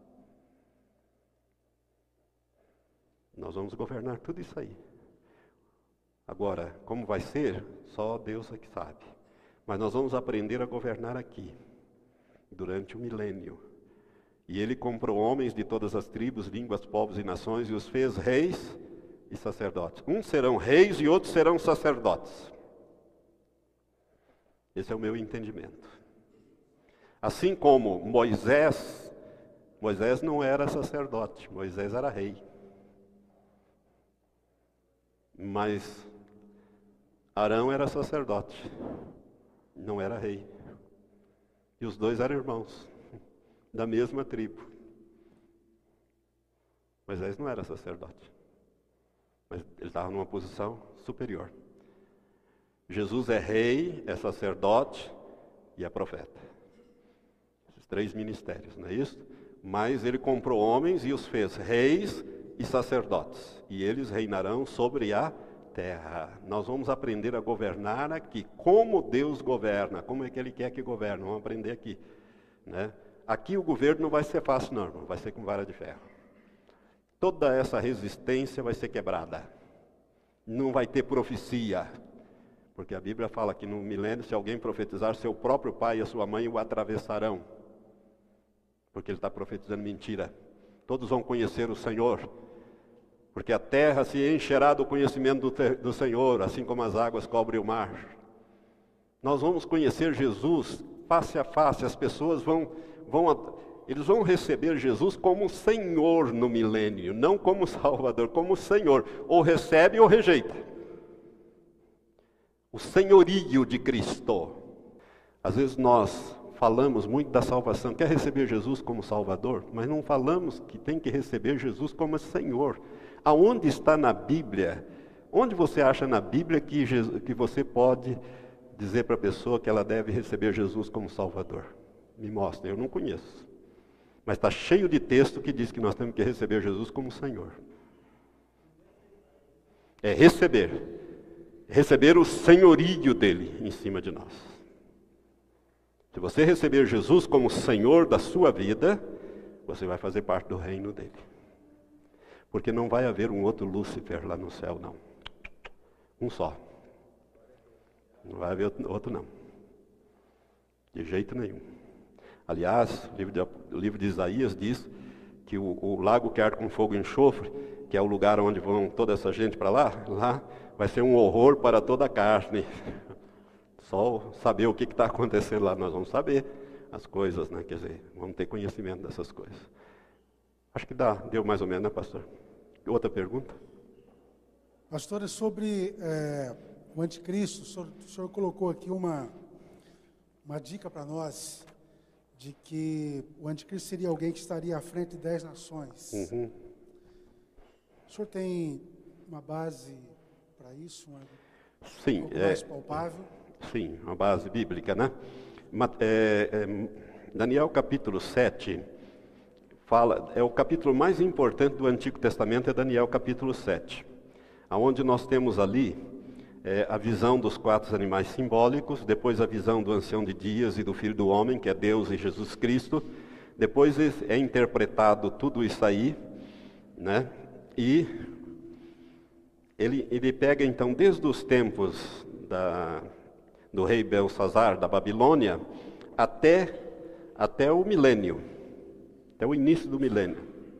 Nós vamos governar tudo isso aí. Agora, como vai ser? Só Deus é que sabe. Mas nós vamos aprender a governar aqui, durante o milênio. E ele comprou homens de todas as tribos, línguas, povos e nações e os fez reis e sacerdotes. Uns serão reis e outros serão sacerdotes. Esse é o meu entendimento. Assim como Moisés, Moisés não era sacerdote, Moisés era rei. Mas Arão era sacerdote, não era rei. E os dois eram irmãos, da mesma tribo. Moisés não era sacerdote, mas ele estava numa posição superior. Jesus é rei, é sacerdote e é profeta. Esses três ministérios, não é isso? Mas ele comprou homens e os fez reis e sacerdotes. E eles reinarão sobre a terra. Nós vamos aprender a governar aqui. Como Deus governa, como é que Ele quer que governe. Vamos aprender aqui, né? Aqui o governo não vai ser fácil, não, irmão. Vai ser com vara de ferro. Toda essa resistência vai ser quebrada. Não vai ter profecia. Porque a Bíblia fala que no milênio, se alguém profetizar, seu próprio pai e a sua mãe o atravessarão. Porque ele está profetizando mentira. Todos vão conhecer o Senhor. Porque a terra se encherá do conhecimento do, do Senhor, assim como as águas cobrem o mar. Nós vamos conhecer Jesus face a face. As pessoas vão, vão, eles vão receber Jesus como Senhor no milênio, não como Salvador, como Senhor. Ou recebe ou rejeita. O senhorio de Cristo. Às vezes nós falamos muito da salvação, quer receber Jesus como Salvador, mas não falamos que tem que receber Jesus como Senhor. Aonde está na Bíblia? Onde você acha na Bíblia que, Jesus, que você pode dizer para a pessoa que ela deve receber Jesus como Salvador? Me mostra, eu não conheço. Mas está cheio de texto que diz que nós temos que receber Jesus como Senhor. É receber. Receber o senhorio dele em cima de nós. Se você receber Jesus como Senhor da sua vida, você vai fazer parte do reino dele. Porque não vai haver um outro Lúcifer lá no céu, não. Um só. Não vai haver outro, não. De jeito nenhum. Aliás, o livro de, o livro de Isaías diz que o, o lago que arde com fogo e enxofre, que é o lugar onde vão toda essa gente para lá, lá vai ser um horror para toda a carne. Só saber o que está acontecendo lá, nós vamos saber as coisas, né? Quer dizer, vamos ter conhecimento dessas coisas. Acho que dá, deu mais ou menos, né, pastor? Outra pergunta? Pastor, é sobre é, o anticristo. O senhor, o senhor colocou aqui uma, uma dica para nós, de que o anticristo seria alguém que estaria à frente de dez nações. Uhum. O senhor tem uma base para isso? Uma, Sim. um pouco é, mais palpável? Sim, uma base bíblica, né? É, é, Daniel capítulo sete, fala, é o capítulo mais importante do Antigo Testamento, é Daniel capítulo sete. Onde nós temos ali é, a visão dos quatro animais simbólicos, depois a visão do ancião de dias e do Filho do Homem, que é Deus e Jesus Cristo. Depois é interpretado tudo isso aí, né? E ele, ele pega então desde os tempos da, do rei Belsazar da Babilônia até, até o milênio, até o início do milênio.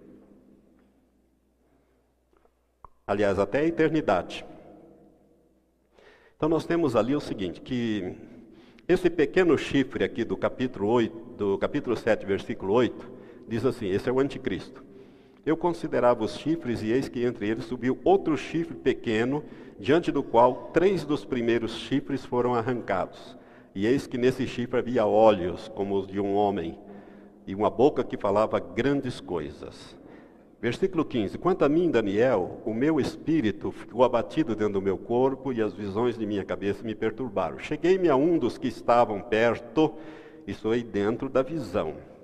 Aliás, até a eternidade. Então nós temos ali o seguinte, que esse pequeno chifre aqui do capítulo oito, do capítulo sete, versículo oito, diz assim, esse é o anticristo. Eu considerava os chifres, e eis que entre eles subiu outro chifre pequeno, diante do qual três dos primeiros chifres foram arrancados. E eis que nesse chifre havia olhos, como os de um homem, e uma boca que falava grandes coisas. Versículo quinze, quanto a mim, Daniel, o meu espírito ficou abatido dentro do meu corpo, e as visões de minha cabeça me perturbaram. Cheguei-me a um dos que estavam perto, e soei dentro da visão.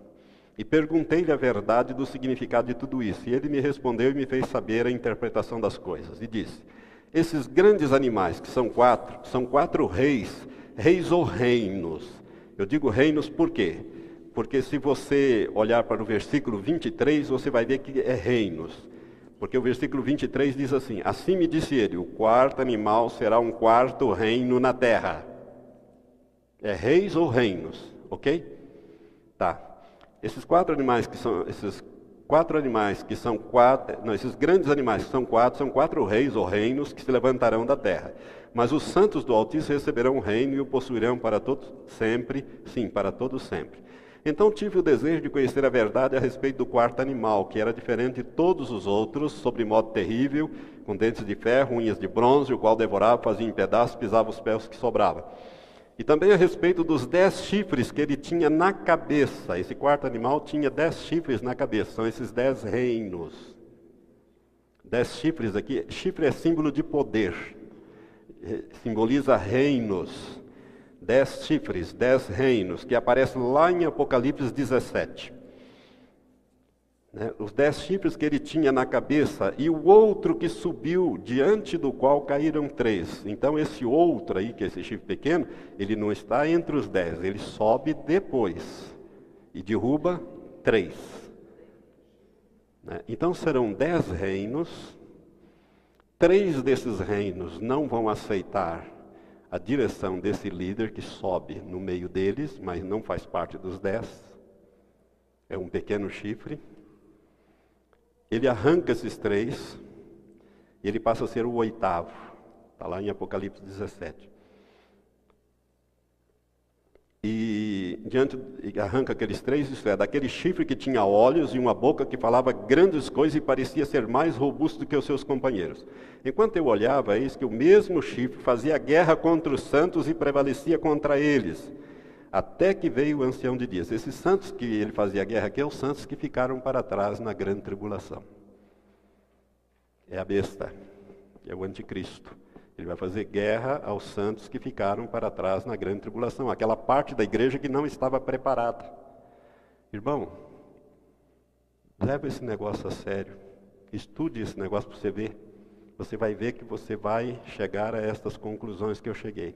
E perguntei-lhe a verdade do significado de tudo isso. E ele me respondeu e me fez saber a interpretação das coisas. E disse, esses grandes animais, que são quatro, são quatro reis, reis ou reinos. Eu digo reinos por quê? Porque se você olhar para o versículo vinte e três, você vai ver que é reinos. Porque o versículo vinte e três diz assim, assim me disse ele, o quarto animal será um quarto reino na terra. É reis ou reinos, ok? Tá. Esses quatro animais que são, esses quatro animais que são quatro, não, esses grandes animais que são quatro, são quatro reis ou reinos que se levantarão da terra. Mas os santos do Altíssimo receberão o reino e o possuirão para todos sempre, sim, para todos sempre. Então tive o desejo de conhecer a verdade a respeito do quarto animal, que era diferente de todos os outros, sobre modo terrível, com dentes de ferro, unhas de bronze, o qual devorava, fazia em pedaços, pisava os pés que sobravam. E também a respeito dos dez chifres que ele tinha na cabeça. Esse quarto animal tinha dez chifres na cabeça, são esses dez reinos. Dez chifres aqui, chifre é símbolo de poder, simboliza reinos. Dez chifres, dez reinos, que aparece lá em Apocalipse dezessete. Né? Os dez chifres que ele tinha na cabeça, e o outro que subiu, diante do qual caíram três. Então esse outro aí, que é esse chifre pequeno, ele não está entre os dez, ele sobe depois, e derruba três. Né? Então serão dez reinos, três desses reinos não vão aceitar a direção desse líder que sobe no meio deles, mas não faz parte dos dez. É um pequeno chifre. Ele arranca esses três, e ele passa a ser o oitavo. Está lá em Apocalipse dezessete. E diante, arranca aqueles três, isto é, daquele chifre que tinha olhos e uma boca que falava grandes coisas e parecia ser mais robusto do que os seus companheiros. Enquanto eu olhava, eis que o mesmo chifre fazia guerra contra os santos e prevalecia contra eles, até que veio o ancião de dias. Esses santos que ele fazia guerra aqui, são os santos que ficaram para trás na grande tribulação. É a besta, é o anticristo. Ele vai fazer guerra aos santos que ficaram para trás na grande tribulação, aquela parte da igreja que não estava preparada. Irmão, leva esse negócio a sério, estude esse negócio para você ver. Você vai ver que você vai chegar a estas conclusões que eu cheguei.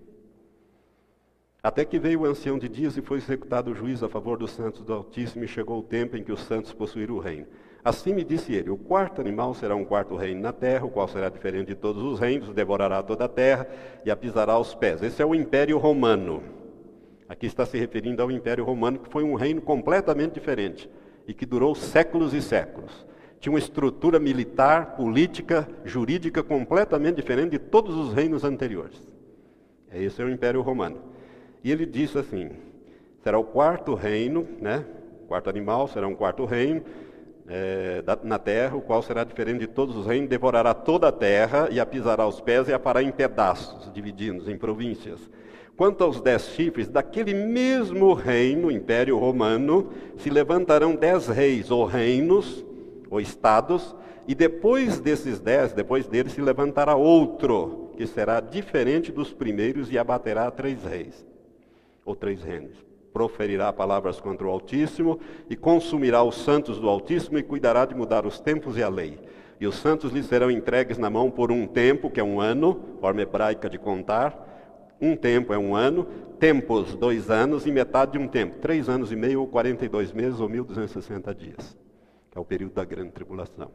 Até que veio o ancião de dias e foi executado o juízo a favor dos santos do Altíssimo, e chegou o tempo em que os santos possuíram o reino. Assim me disse ele, o quarto animal será um quarto reino na terra, o qual será diferente de todos os reinos, devorará toda a terra e a pisará aos pés. Esse é o Império Romano. Aqui está se referindo ao Império Romano, que foi um reino completamente diferente e que durou séculos e séculos. Tinha uma estrutura militar, política, jurídica completamente diferente de todos os reinos anteriores. Esse é o Império Romano. E ele disse assim, será o quarto reino, né? O quarto animal será um quarto reino, É, da, na terra, o qual será diferente de todos os reinos, devorará toda a terra e a pisará aos pés e a fará em pedaços, dividindo em províncias. Quanto aos dez chifres, daquele mesmo reino, Império Romano, se levantarão dez reis ou reinos, ou estados, e depois desses dez, depois deles se levantará outro, que será diferente dos primeiros e abaterá três reis, ou três reinos. Proferirá palavras contra o Altíssimo e consumirá os santos do Altíssimo e cuidará de mudar os tempos e a lei. E os santos lhes serão entregues na mão por um tempo, que é um ano, forma hebraica de contar. Um tempo é um ano, tempos, dois anos e metade de um tempo, três anos e meio ou quarenta e dois meses ou mil duzentos e sessenta dias, que é o período da grande tribulação.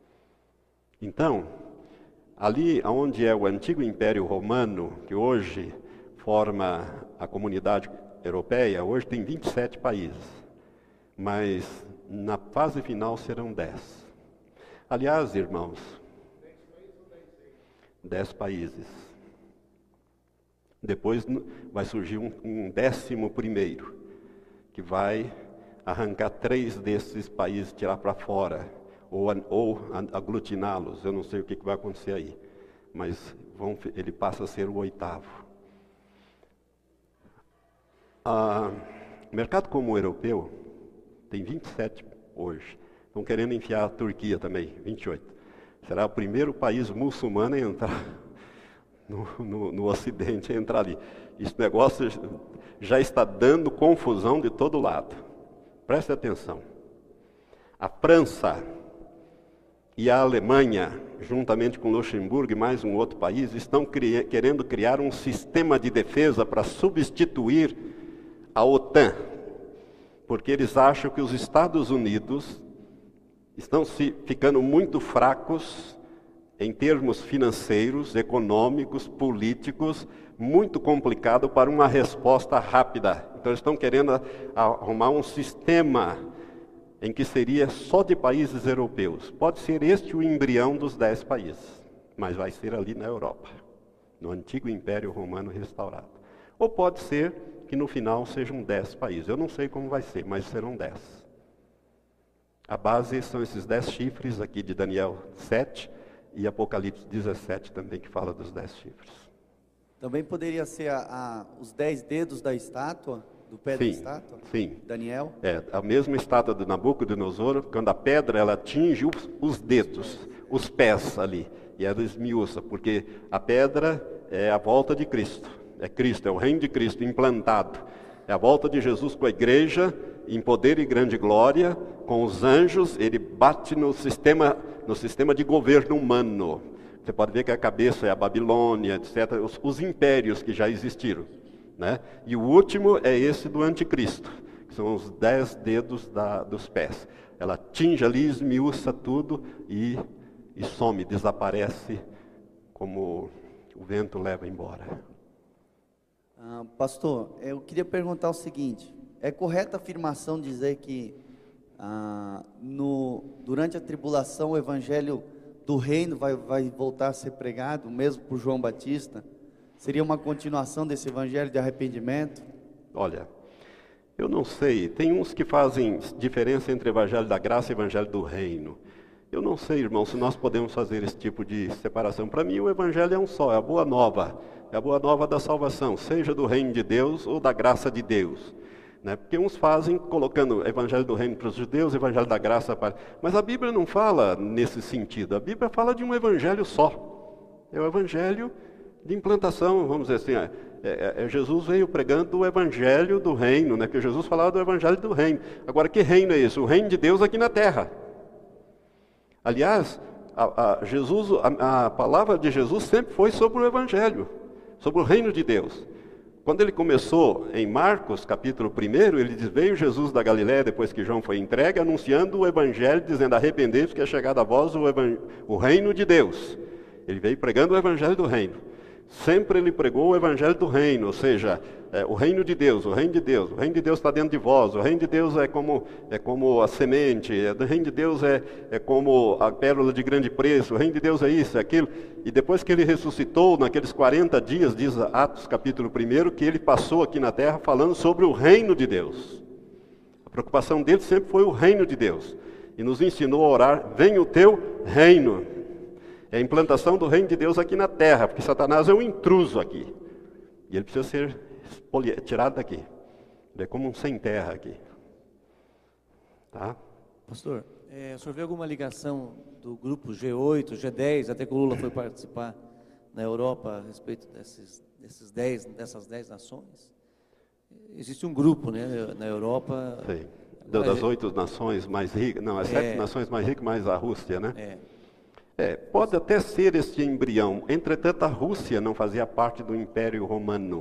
Então, ali onde é o antigo Império Romano, que hoje forma a comunidade europeia, hoje tem vinte e sete países, mas na fase final serão dez. Aliás, irmãos, dez países. Depois vai surgir um, um décimo primeiro, que vai arrancar três desses países, tirar para fora, ou, ou aglutiná-los. Eu não sei o que, que vai acontecer aí, mas vão, ele passa a ser o oitavo. Ah, o mercado comum europeu tem vinte e sete hoje. Estão querendo enfiar a Turquia também, vinte e oito. Será o primeiro país muçulmano a entrar no, no, no Ocidente, a entrar ali. Esse negócio já está dando confusão de todo lado. Preste atenção. A França e a Alemanha, juntamente com Luxemburgo e mais um outro país, estão cri- querendo criar um sistema de defesa para substituir a OTAN, porque eles acham que os Estados Unidos estão se ficando muito fracos em termos financeiros, econômicos, políticos, muito complicado para uma resposta rápida. Então eles estão querendo arrumar um sistema em que seria só de países europeus. Pode ser este o embrião dos dez países, mas vai ser ali na Europa, no antigo Império Romano restaurado. Ou pode ser que no final sejam dez países. Eu não sei como vai ser, mas serão dez. A base são esses dez chifres aqui de Daniel sete e Apocalipse dezessete também, que fala dos dez chifres. Também poderia ser a, a, os dez dedos da estátua, do pé Sim, da estátua? Sim. Daniel? É, a mesma estátua do Nabucodonosor, quando a pedra ela atinge os, os dedos, os pés ali, e ela esmiuça, porque a pedra é a volta de Cristo. É Cristo, é o reino de Cristo implantado. É a volta de Jesus com a igreja, em poder e grande glória, com os anjos. Ele bate no sistema, no sistema de governo humano. Você pode ver que a cabeça é a Babilônia, etcétera, os, os impérios que já existiram, né? E o último é esse do anticristo, que são os dez dedos da, dos pés. Ela atinge ali, esmiuça tudo e, e some, desaparece como o vento leva embora. Ah, pastor, eu queria perguntar o seguinte: é correta a afirmação dizer que ah, no, durante a tribulação o evangelho do reino vai, vai voltar a ser pregado, mesmo por João Batista? Seria uma continuação desse evangelho de arrependimento? Olha, eu não sei, tem uns que fazem diferença entre evangelho da graça e evangelho do reino. Eu não sei, irmão, se nós podemos fazer esse tipo de separação. Para mim o evangelho é um só, é a boa nova. É a boa nova da salvação, seja do reino de Deus ou da graça de Deus. Né? Porque uns fazem colocando o evangelho do reino para os judeus, o evangelho da graça para... Mas a Bíblia não fala nesse sentido. A Bíblia fala de um evangelho só. É o evangelho de implantação, vamos dizer assim, é, é, é, Jesus veio pregando o evangelho do reino, né? Porque Jesus falava do evangelho do reino. Agora, que reino é esse? O reino de Deus aqui na terra. Aliás, a, a, Jesus, a, a palavra de Jesus sempre foi sobre o evangelho, sobre o reino de Deus. Quando ele começou em Marcos, capítulo um, ele diz: veio Jesus da Galiléia, depois que João foi entregue, anunciando o evangelho, dizendo: arrependei-vos que é chegado a vós o, o reino de Deus. Ele veio pregando o evangelho do reino. Sempre ele pregou o evangelho do reino, ou seja, é, o reino de Deus, o reino de Deus, o reino de Deus está dentro de vós, o reino de Deus é como, é como a semente, é, o reino de Deus é, é como a pérola de grande preço, o reino de Deus é isso, é aquilo. E depois que ele ressuscitou, naqueles quarenta dias, diz Atos capítulo um, que ele passou aqui na terra falando sobre o reino de Deus. A preocupação dele sempre foi o reino de Deus. E nos ensinou a orar: venha o teu reino. É a implantação do reino de Deus aqui na terra, porque Satanás é um intruso aqui. E ele precisa ser tirado daqui. Ele é como um sem terra aqui. Tá? Pastor, é, o senhor vê alguma ligação do grupo G oito, G dez, até que o Lula foi participar na Europa a respeito desses, desses dez, dessas dez nações? Existe um grupo, né, na Europa. Sim. Das oito nações mais ricas, não, as é, sete nações mais ricas, mais a Rússia, né? É. É, pode até ser esse embrião. Entretanto, a Rússia não fazia parte do Império Romano.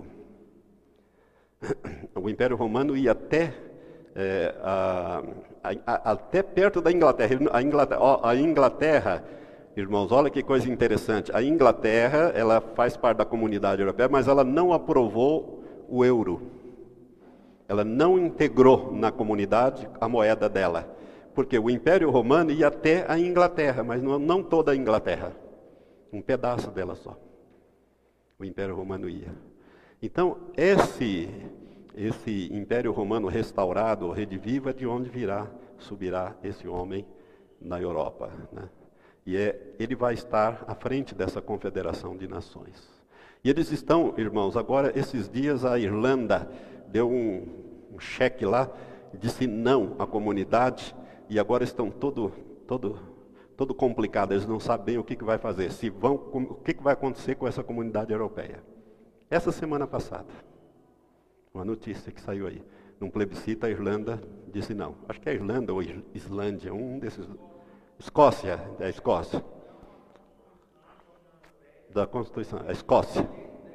O Império Romano ia até, é, a, a, a, até perto da Inglaterra. A Inglaterra, a Inglaterra, irmãos, olha que coisa interessante. A Inglaterra, ela faz parte da comunidade europeia, mas ela não aprovou o euro. Ela não integrou na comunidade a moeda dela. Porque o Império Romano ia até a Inglaterra, mas não, não toda a Inglaterra. Um pedaço dela só. O Império Romano ia. Então, esse, esse Império Romano restaurado, redivivo, é de onde virá, subirá esse homem na Europa. Né? E é, ele vai estar à frente dessa confederação de nações. E eles estão, irmãos, agora, esses dias a Irlanda deu um, um cheque lá, disse não à comunidade. E agora estão todo, todo, todo complicados, eles não sabem o que, que vai fazer, se vão, o que, que vai acontecer com essa comunidade europeia. Essa semana passada, uma notícia que saiu aí, num plebiscito, a Irlanda disse não. Acho que é a Irlanda ou Islândia, um desses. Escócia, é a Escócia. Da Constituição, a Escócia.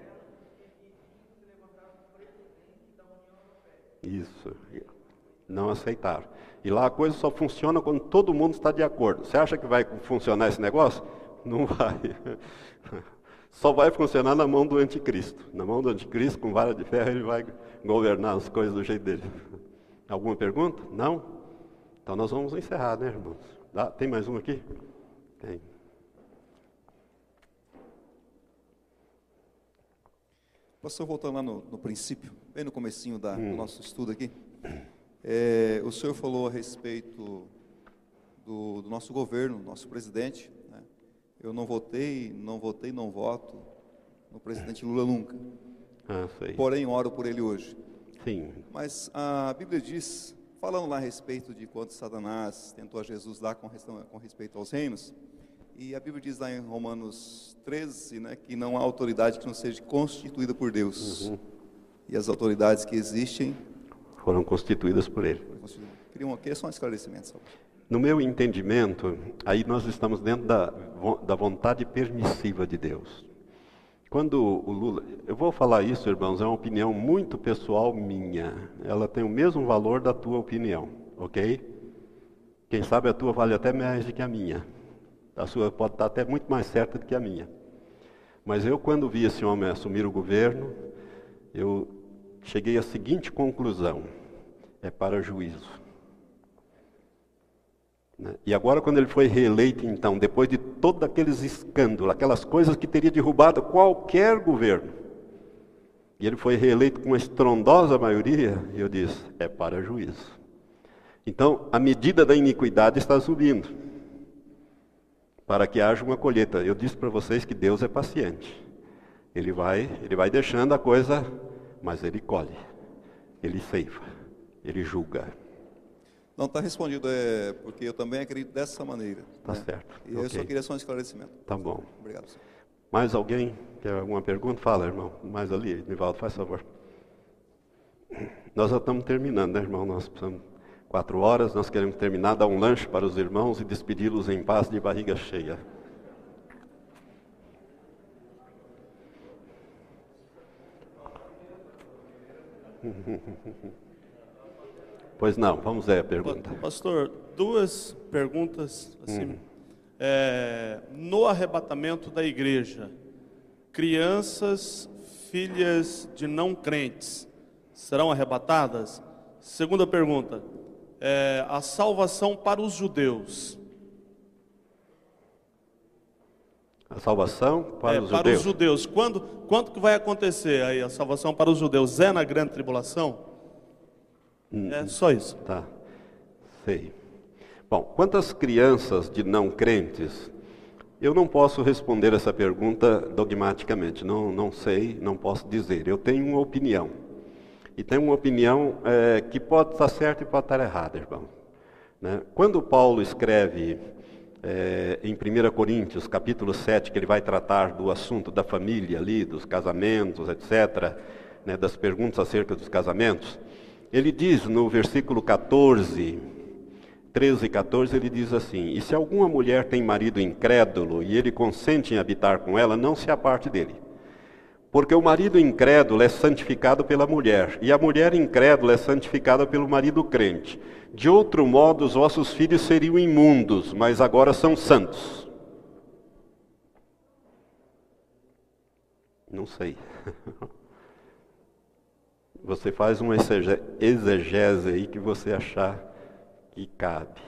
Isso. Não aceitaram. E lá a coisa só funciona quando todo mundo está de acordo. Você acha que vai funcionar esse negócio? Não vai. Só vai funcionar na mão do anticristo. Na mão do anticristo, com vara de ferro, ele vai governar as coisas do jeito dele. Alguma pergunta? Não? Então nós vamos encerrar, né, irmãos? Dá? Tem mais um aqui? Tem. Pastor, voltando lá no, no princípio, bem no comecinho da, hum. do nosso estudo aqui, é, o senhor falou a respeito do, do nosso governo, nosso presidente, né? Eu não votei, não votei, não voto no presidente Lula nunca. Ah, sei. Porém, oro por ele hoje. Sim. Mas a Bíblia diz, falando lá a respeito de quando Satanás tentou a Jesus lá com, com respeito aos reinos, e a Bíblia diz lá em Romanos treze, né, que não há autoridade que não seja constituída por Deus. Uhum. E as autoridades que existem foram constituídas por ele. Queria, um, queria só um esclarecimento. Sabe? No meu entendimento, aí nós estamos dentro da, da vontade permissiva de Deus. Quando o Lula... Eu vou falar isso, irmãos, é uma opinião muito pessoal minha. Ela tem o mesmo valor da tua opinião, ok? Quem sabe a tua vale até mais do que a minha. A sua pode estar até muito mais certa do que a minha. Mas eu, quando vi esse homem assumir o governo, eu cheguei à seguinte conclusão: é para juízo. Né? E agora, quando ele foi reeleito, então, depois de todos aqueles escândalos, aquelas coisas que teria derrubado qualquer governo, e ele foi reeleito com uma estrondosa maioria, eu disse, é para juízo. Então, a medida da iniquidade está subindo, para que haja uma colheita. Eu disse para vocês que Deus é paciente. Ele vai, ele vai deixando a coisa, mas ele colhe, ele ceifa, ele julga. Não, está respondido, é, porque eu também acredito dessa maneira. Está né? certo. E okay. Eu só queria só um esclarecimento. Tá bom. Obrigado, senhor. Mais alguém quer alguma pergunta? Fala, irmão. Mais ali, Nivaldo, faz favor. Nós já estamos terminando, né, irmão? Nós precisamos quatro horas, nós queremos terminar, dar um lanche para os irmãos e despedi-los em paz de barriga cheia. Pois não, vamos ver a pergunta. Pastor, duas perguntas assim. Hum. É, no arrebatamento da igreja, crianças, filhas de não crentes, serão arrebatadas? Segunda pergunta, é, a salvação para os judeus. A salvação para é, os para judeus? os judeus. Quando, quando que vai acontecer aí a salvação para os judeus? É na grande tribulação? Hum, é só isso. Tá, sei. Bom, quantas crianças de não crentes, eu não posso responder essa pergunta dogmaticamente, não, não sei, não posso dizer. Eu tenho uma opinião, e tenho uma opinião é, que pode estar certa e pode estar errada, irmão. Né? Quando Paulo escreve é, em primeira Coríntios, capítulo sete, que ele vai tratar do assunto da família ali, dos casamentos, etcétera, né, das perguntas acerca dos casamentos, ele diz no versículo catorze, treze e catorze, ele diz assim: e se alguma mulher tem marido incrédulo e ele consente em habitar com ela, não se aparte dele. Porque o marido incrédulo é santificado pela mulher, e a mulher incrédula é santificada pelo marido crente. De outro modo, os vossos filhos seriam imundos, mas agora são santos. Não sei. Você faz uma exegese aí que você achar que cabe.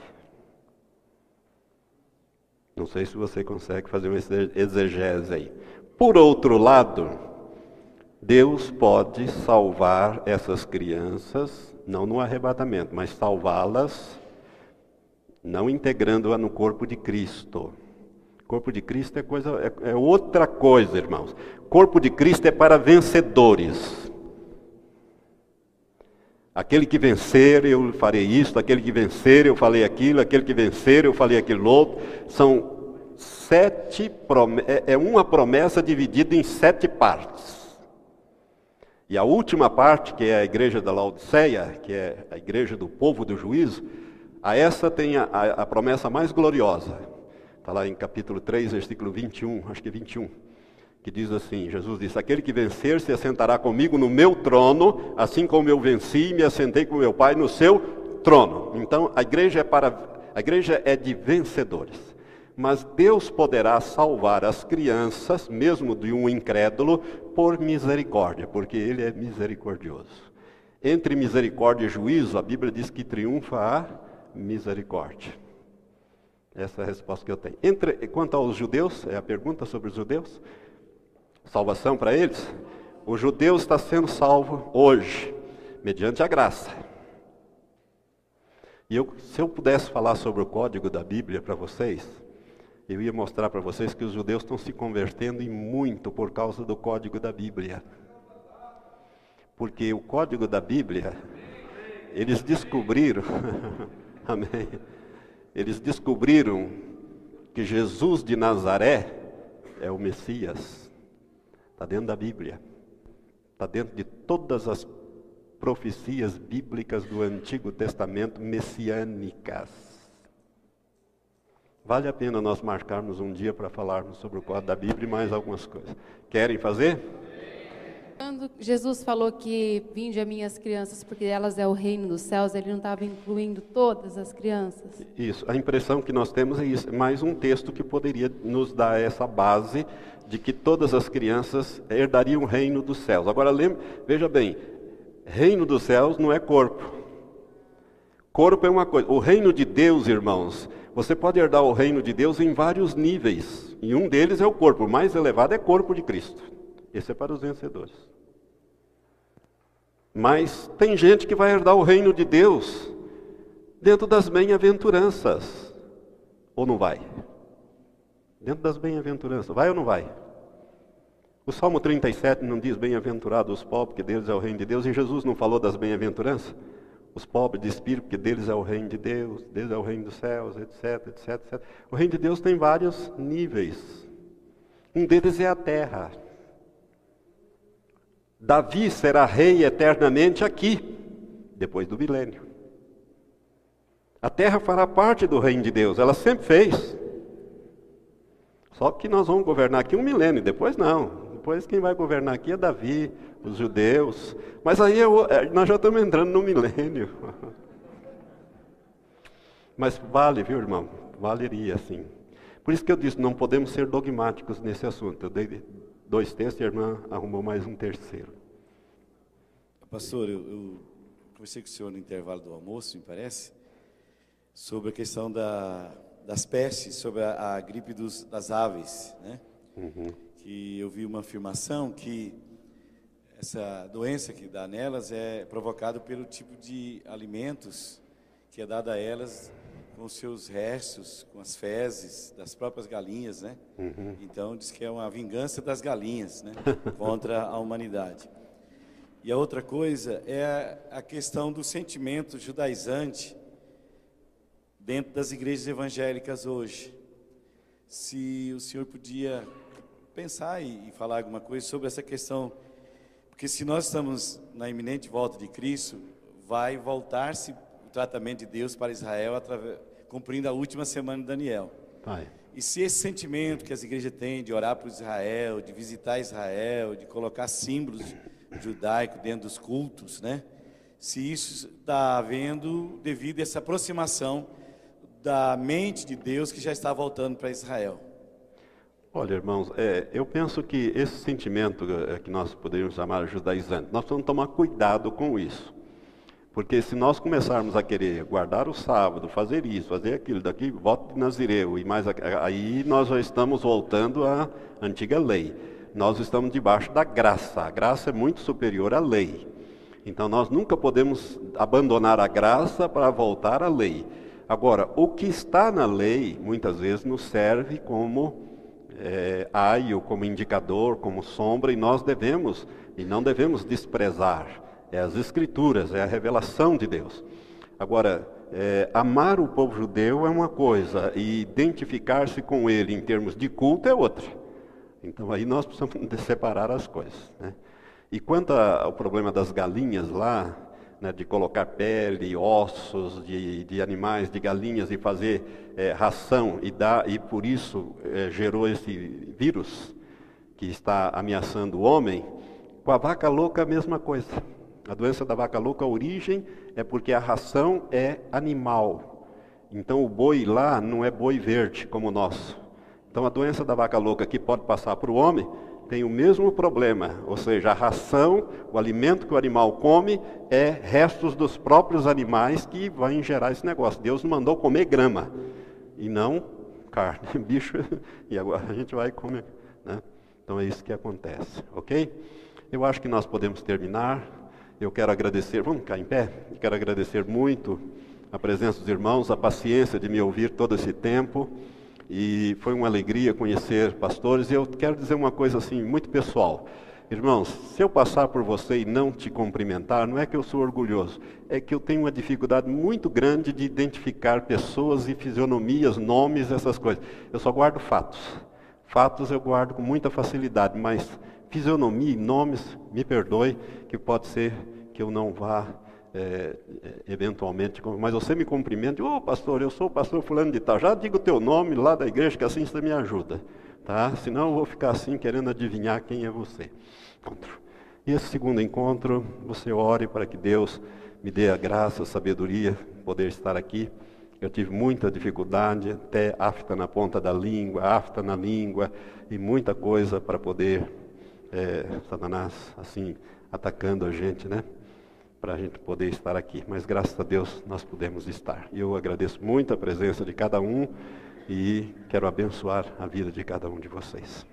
Não sei se você consegue fazer uma exegese aí. Por outro lado, Deus pode salvar essas crianças, não no arrebatamento, mas salvá-las, não integrando-a no corpo de Cristo. Corpo de Cristo é, coisa, é, é outra coisa, irmãos. Corpo de Cristo é para vencedores. Aquele que vencer, eu farei isso, aquele que vencer, eu falei aquilo, aquele que vencer, eu falei aquilo outro. São sete promessas, é uma promessa dividida em sete partes. E a última parte, que é a igreja da Laodiceia, que é a igreja do povo do juízo, a essa tem a, a, a promessa mais gloriosa. Está lá em capítulo três, versículo vinte e um, acho que é vinte e um, que diz assim, Jesus disse, aquele que vencer se assentará comigo no meu trono, assim como eu venci e me assentei com meu Pai no seu trono. Então, a igreja é, para, a igreja é de vencedores. Mas Deus poderá salvar as crianças, mesmo de um incrédulo, por misericórdia, porque Ele é misericordioso. Entre misericórdia e juízo, a Bíblia diz que triunfa a misericórdia. Essa é a resposta que eu tenho. Entre, quanto aos judeus, é a pergunta sobre os judeus, salvação para eles, o judeu está sendo salvo hoje, mediante a graça. E eu, se eu pudesse falar sobre o código da Bíblia para vocês, eu ia mostrar para vocês que os judeus estão se convertendo em muito por causa do código da Bíblia. Porque o código da Bíblia, eles descobriram, amém, eles descobriram que Jesus de Nazaré é o Messias. Está dentro da Bíblia. Está dentro de todas as profecias bíblicas do Antigo Testamento messiânicas. Vale a pena nós marcarmos um dia para falarmos sobre o código da Bíblia e mais algumas coisas. Querem fazer? Quando Jesus falou que vinde a minhas crianças, porque elas é o reino dos céus, ele não estava incluindo todas as crianças? Isso, a impressão que nós temos é isso. Mais um texto que poderia nos dar essa base de que todas as crianças herdariam o reino dos céus. Agora, lembre, veja bem, reino dos céus não é corpo. Corpo é uma coisa. O reino de Deus, irmãos, você pode herdar o reino de Deus em vários níveis. E um deles é o corpo. O mais elevado é o corpo de Cristo. Esse é para os vencedores. Mas tem gente que vai herdar o reino de Deus dentro das bem-aventuranças. Ou não vai? Dentro das bem-aventuranças. Vai ou não vai? O Salmo trinta e sete não diz bem-aventurados os pobres, porque deles é o reino de Deus. E Jesus não falou das bem-aventuranças? Os pobres de espírito, porque deles é o reino de Deus, deles é o reino dos céus, etc, etc, etcétera. O reino de Deus tem vários níveis. Um deles é a terra. Davi será rei eternamente aqui, depois do milênio. A terra fará parte do reino de Deus, ela sempre fez. Só que nós vamos governar aqui um milênio, depois não. Depois quem vai governar aqui é Davi, os judeus. Mas aí eu, nós já estamos entrando no milênio. Mas vale, viu, irmão? Valeria, sim. Por isso que eu disse, não podemos ser dogmáticos nesse assunto. Eu dei dois textos e a irmã arrumou mais um terceiro. Pastor, eu, eu conversei com o senhor no intervalo do almoço, me parece, sobre a questão da, das pestes, sobre a, a gripe dos, das aves, né? Uhum. Que eu vi uma afirmação que essa doença que dá nelas é provocada pelo tipo de alimentos que é dado a elas com os seus restos, com as fezes das próprias galinhas, né? Uhum. Então diz que é uma vingança das galinhas, né? Contra a humanidade. E a outra coisa é a questão do sentimento judaizante dentro das igrejas evangélicas hoje. Se o senhor podia pensar e, e falar alguma coisa sobre essa questão, porque se nós estamos na iminente volta de Cristo, vai voltar-se o tratamento de Deus para Israel, através, cumprindo a última semana de Daniel. Pai. E se esse sentimento que as igrejas têm de orar por Israel, de visitar Israel, de colocar símbolos judaicos dentro dos cultos, né? Se isso está havendo devido a essa aproximação da mente de Deus que já está voltando para Israel. Olha, irmãos, é, eu penso que esse sentimento é, que nós poderíamos chamar judaizante, nós precisamos tomar cuidado com isso. Porque se nós começarmos a querer guardar o sábado, fazer isso, fazer aquilo, daqui, voto de Nazireu, e mais, aí nós já estamos voltando à antiga lei. Nós estamos debaixo da graça. A graça é muito superior à lei. Então nós nunca podemos abandonar a graça para voltar à lei. Agora, o que está na lei, muitas vezes nos serve como É, aio, como indicador, como sombra, e nós devemos, e não devemos desprezar. É as Escrituras, é a revelação de Deus. Agora, é, amar o povo judeu é uma coisa, e identificar-se com ele em termos de culto é outra. Então aí nós precisamos separar as coisas, né? E quanto ao problema das galinhas lá, né, de colocar pele, ossos de, de animais, de galinhas e fazer é, ração e, dar, e por isso é, gerou esse vírus que está ameaçando o homem, com a vaca louca a mesma coisa. A doença da vaca louca, a origem é porque a ração é animal. Então o boi lá não é boi verde como o nosso. Então a doença da vaca louca que pode passar para o homem tem o mesmo problema, ou seja, a ração, o alimento que o animal come é restos dos próprios animais que vai gerar esse negócio. Deus não mandou comer grama e não carne, bicho, e agora a gente vai comer, né? Então é isso que acontece, ok? Eu acho que nós podemos terminar. Eu quero agradecer, vamos ficar em pé? Eu quero agradecer muito a presença dos irmãos, a paciência de me ouvir todo esse tempo. E foi uma alegria conhecer pastores. E eu quero dizer uma coisa assim, muito pessoal. Irmãos, se eu passar por você e não te cumprimentar, não é que eu sou orgulhoso, é que eu tenho uma dificuldade muito grande de identificar pessoas e fisionomias, nomes, essas coisas. Eu só guardo fatos. Fatos eu guardo com muita facilidade, mas fisionomia e nomes, me perdoe, que pode ser que eu não vá É, eventualmente, mas você me cumprimenta, ô oh, pastor, eu sou o pastor fulano de tal, já digo o teu nome lá da igreja, que assim você me ajuda, tá? Senão eu vou ficar assim, querendo adivinhar quem é você. E esse segundo encontro, você ore para que Deus me dê a graça, a sabedoria, poder estar aqui. Eu tive muita dificuldade, até afta na ponta da língua, afta na língua, e muita coisa para poder, é, Satanás, assim, atacando a gente, né? Para a gente poder estar aqui, mas graças a Deus nós pudemos estar. E eu agradeço muito a presença de cada um e quero abençoar a vida de cada um de vocês.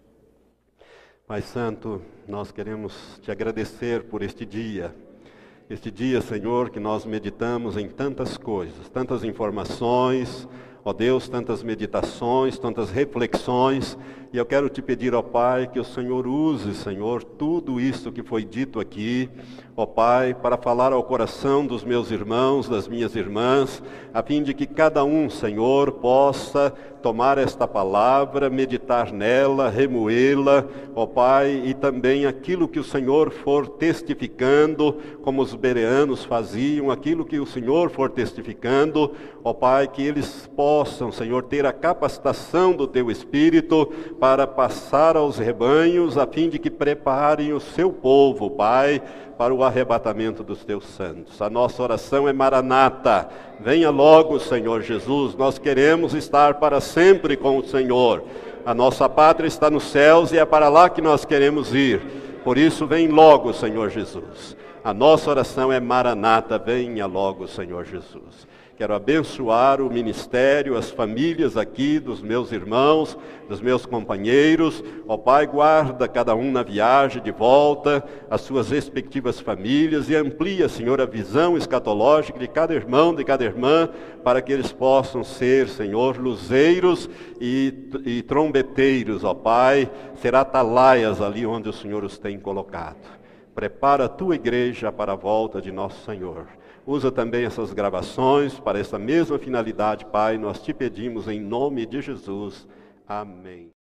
Pai Santo, nós queremos te agradecer por este dia, este dia, Senhor, que nós meditamos em tantas coisas, tantas informações, ó Deus, tantas meditações, tantas reflexões, e eu quero te pedir, ó Pai, que o Senhor use, Senhor, tudo isso que foi dito aqui, ó Pai, para falar ao coração dos meus irmãos, das minhas irmãs, a fim de que cada um, Senhor, possa tomar esta palavra, meditar nela, remoê-la, ó Pai, e também aquilo que o Senhor for testificando, como os bereanos faziam, aquilo que o Senhor for testificando, ó Pai, que eles possam, Senhor, ter a capacitação do Teu Espírito para passar aos rebanhos, a fim de que preparem o seu povo, Pai, para o arrebatamento dos Teus santos. A nossa oração é Maranata, venha logo, Senhor Jesus, nós queremos estar para sempre com o Senhor. A nossa pátria está nos céus e é para lá que nós queremos ir. Por isso, vem logo, Senhor Jesus. A nossa oração é Maranata, venha logo, Senhor Jesus. Quero abençoar o ministério, as famílias aqui dos meus irmãos, dos meus companheiros. Ó Pai, guarda cada um na viagem de volta, as suas respectivas famílias e amplia, Senhor, a visão escatológica de cada irmão, de cada irmã, para que eles possam ser, Senhor, luzeiros e, e trombeteiros, ó Pai, ser atalaias ali onde o Senhor os tem colocado. Prepara a tua igreja para a volta de nosso Senhor. Usa também essas gravações para essa mesma finalidade, Pai. Nós te pedimos em nome de Jesus. Amém.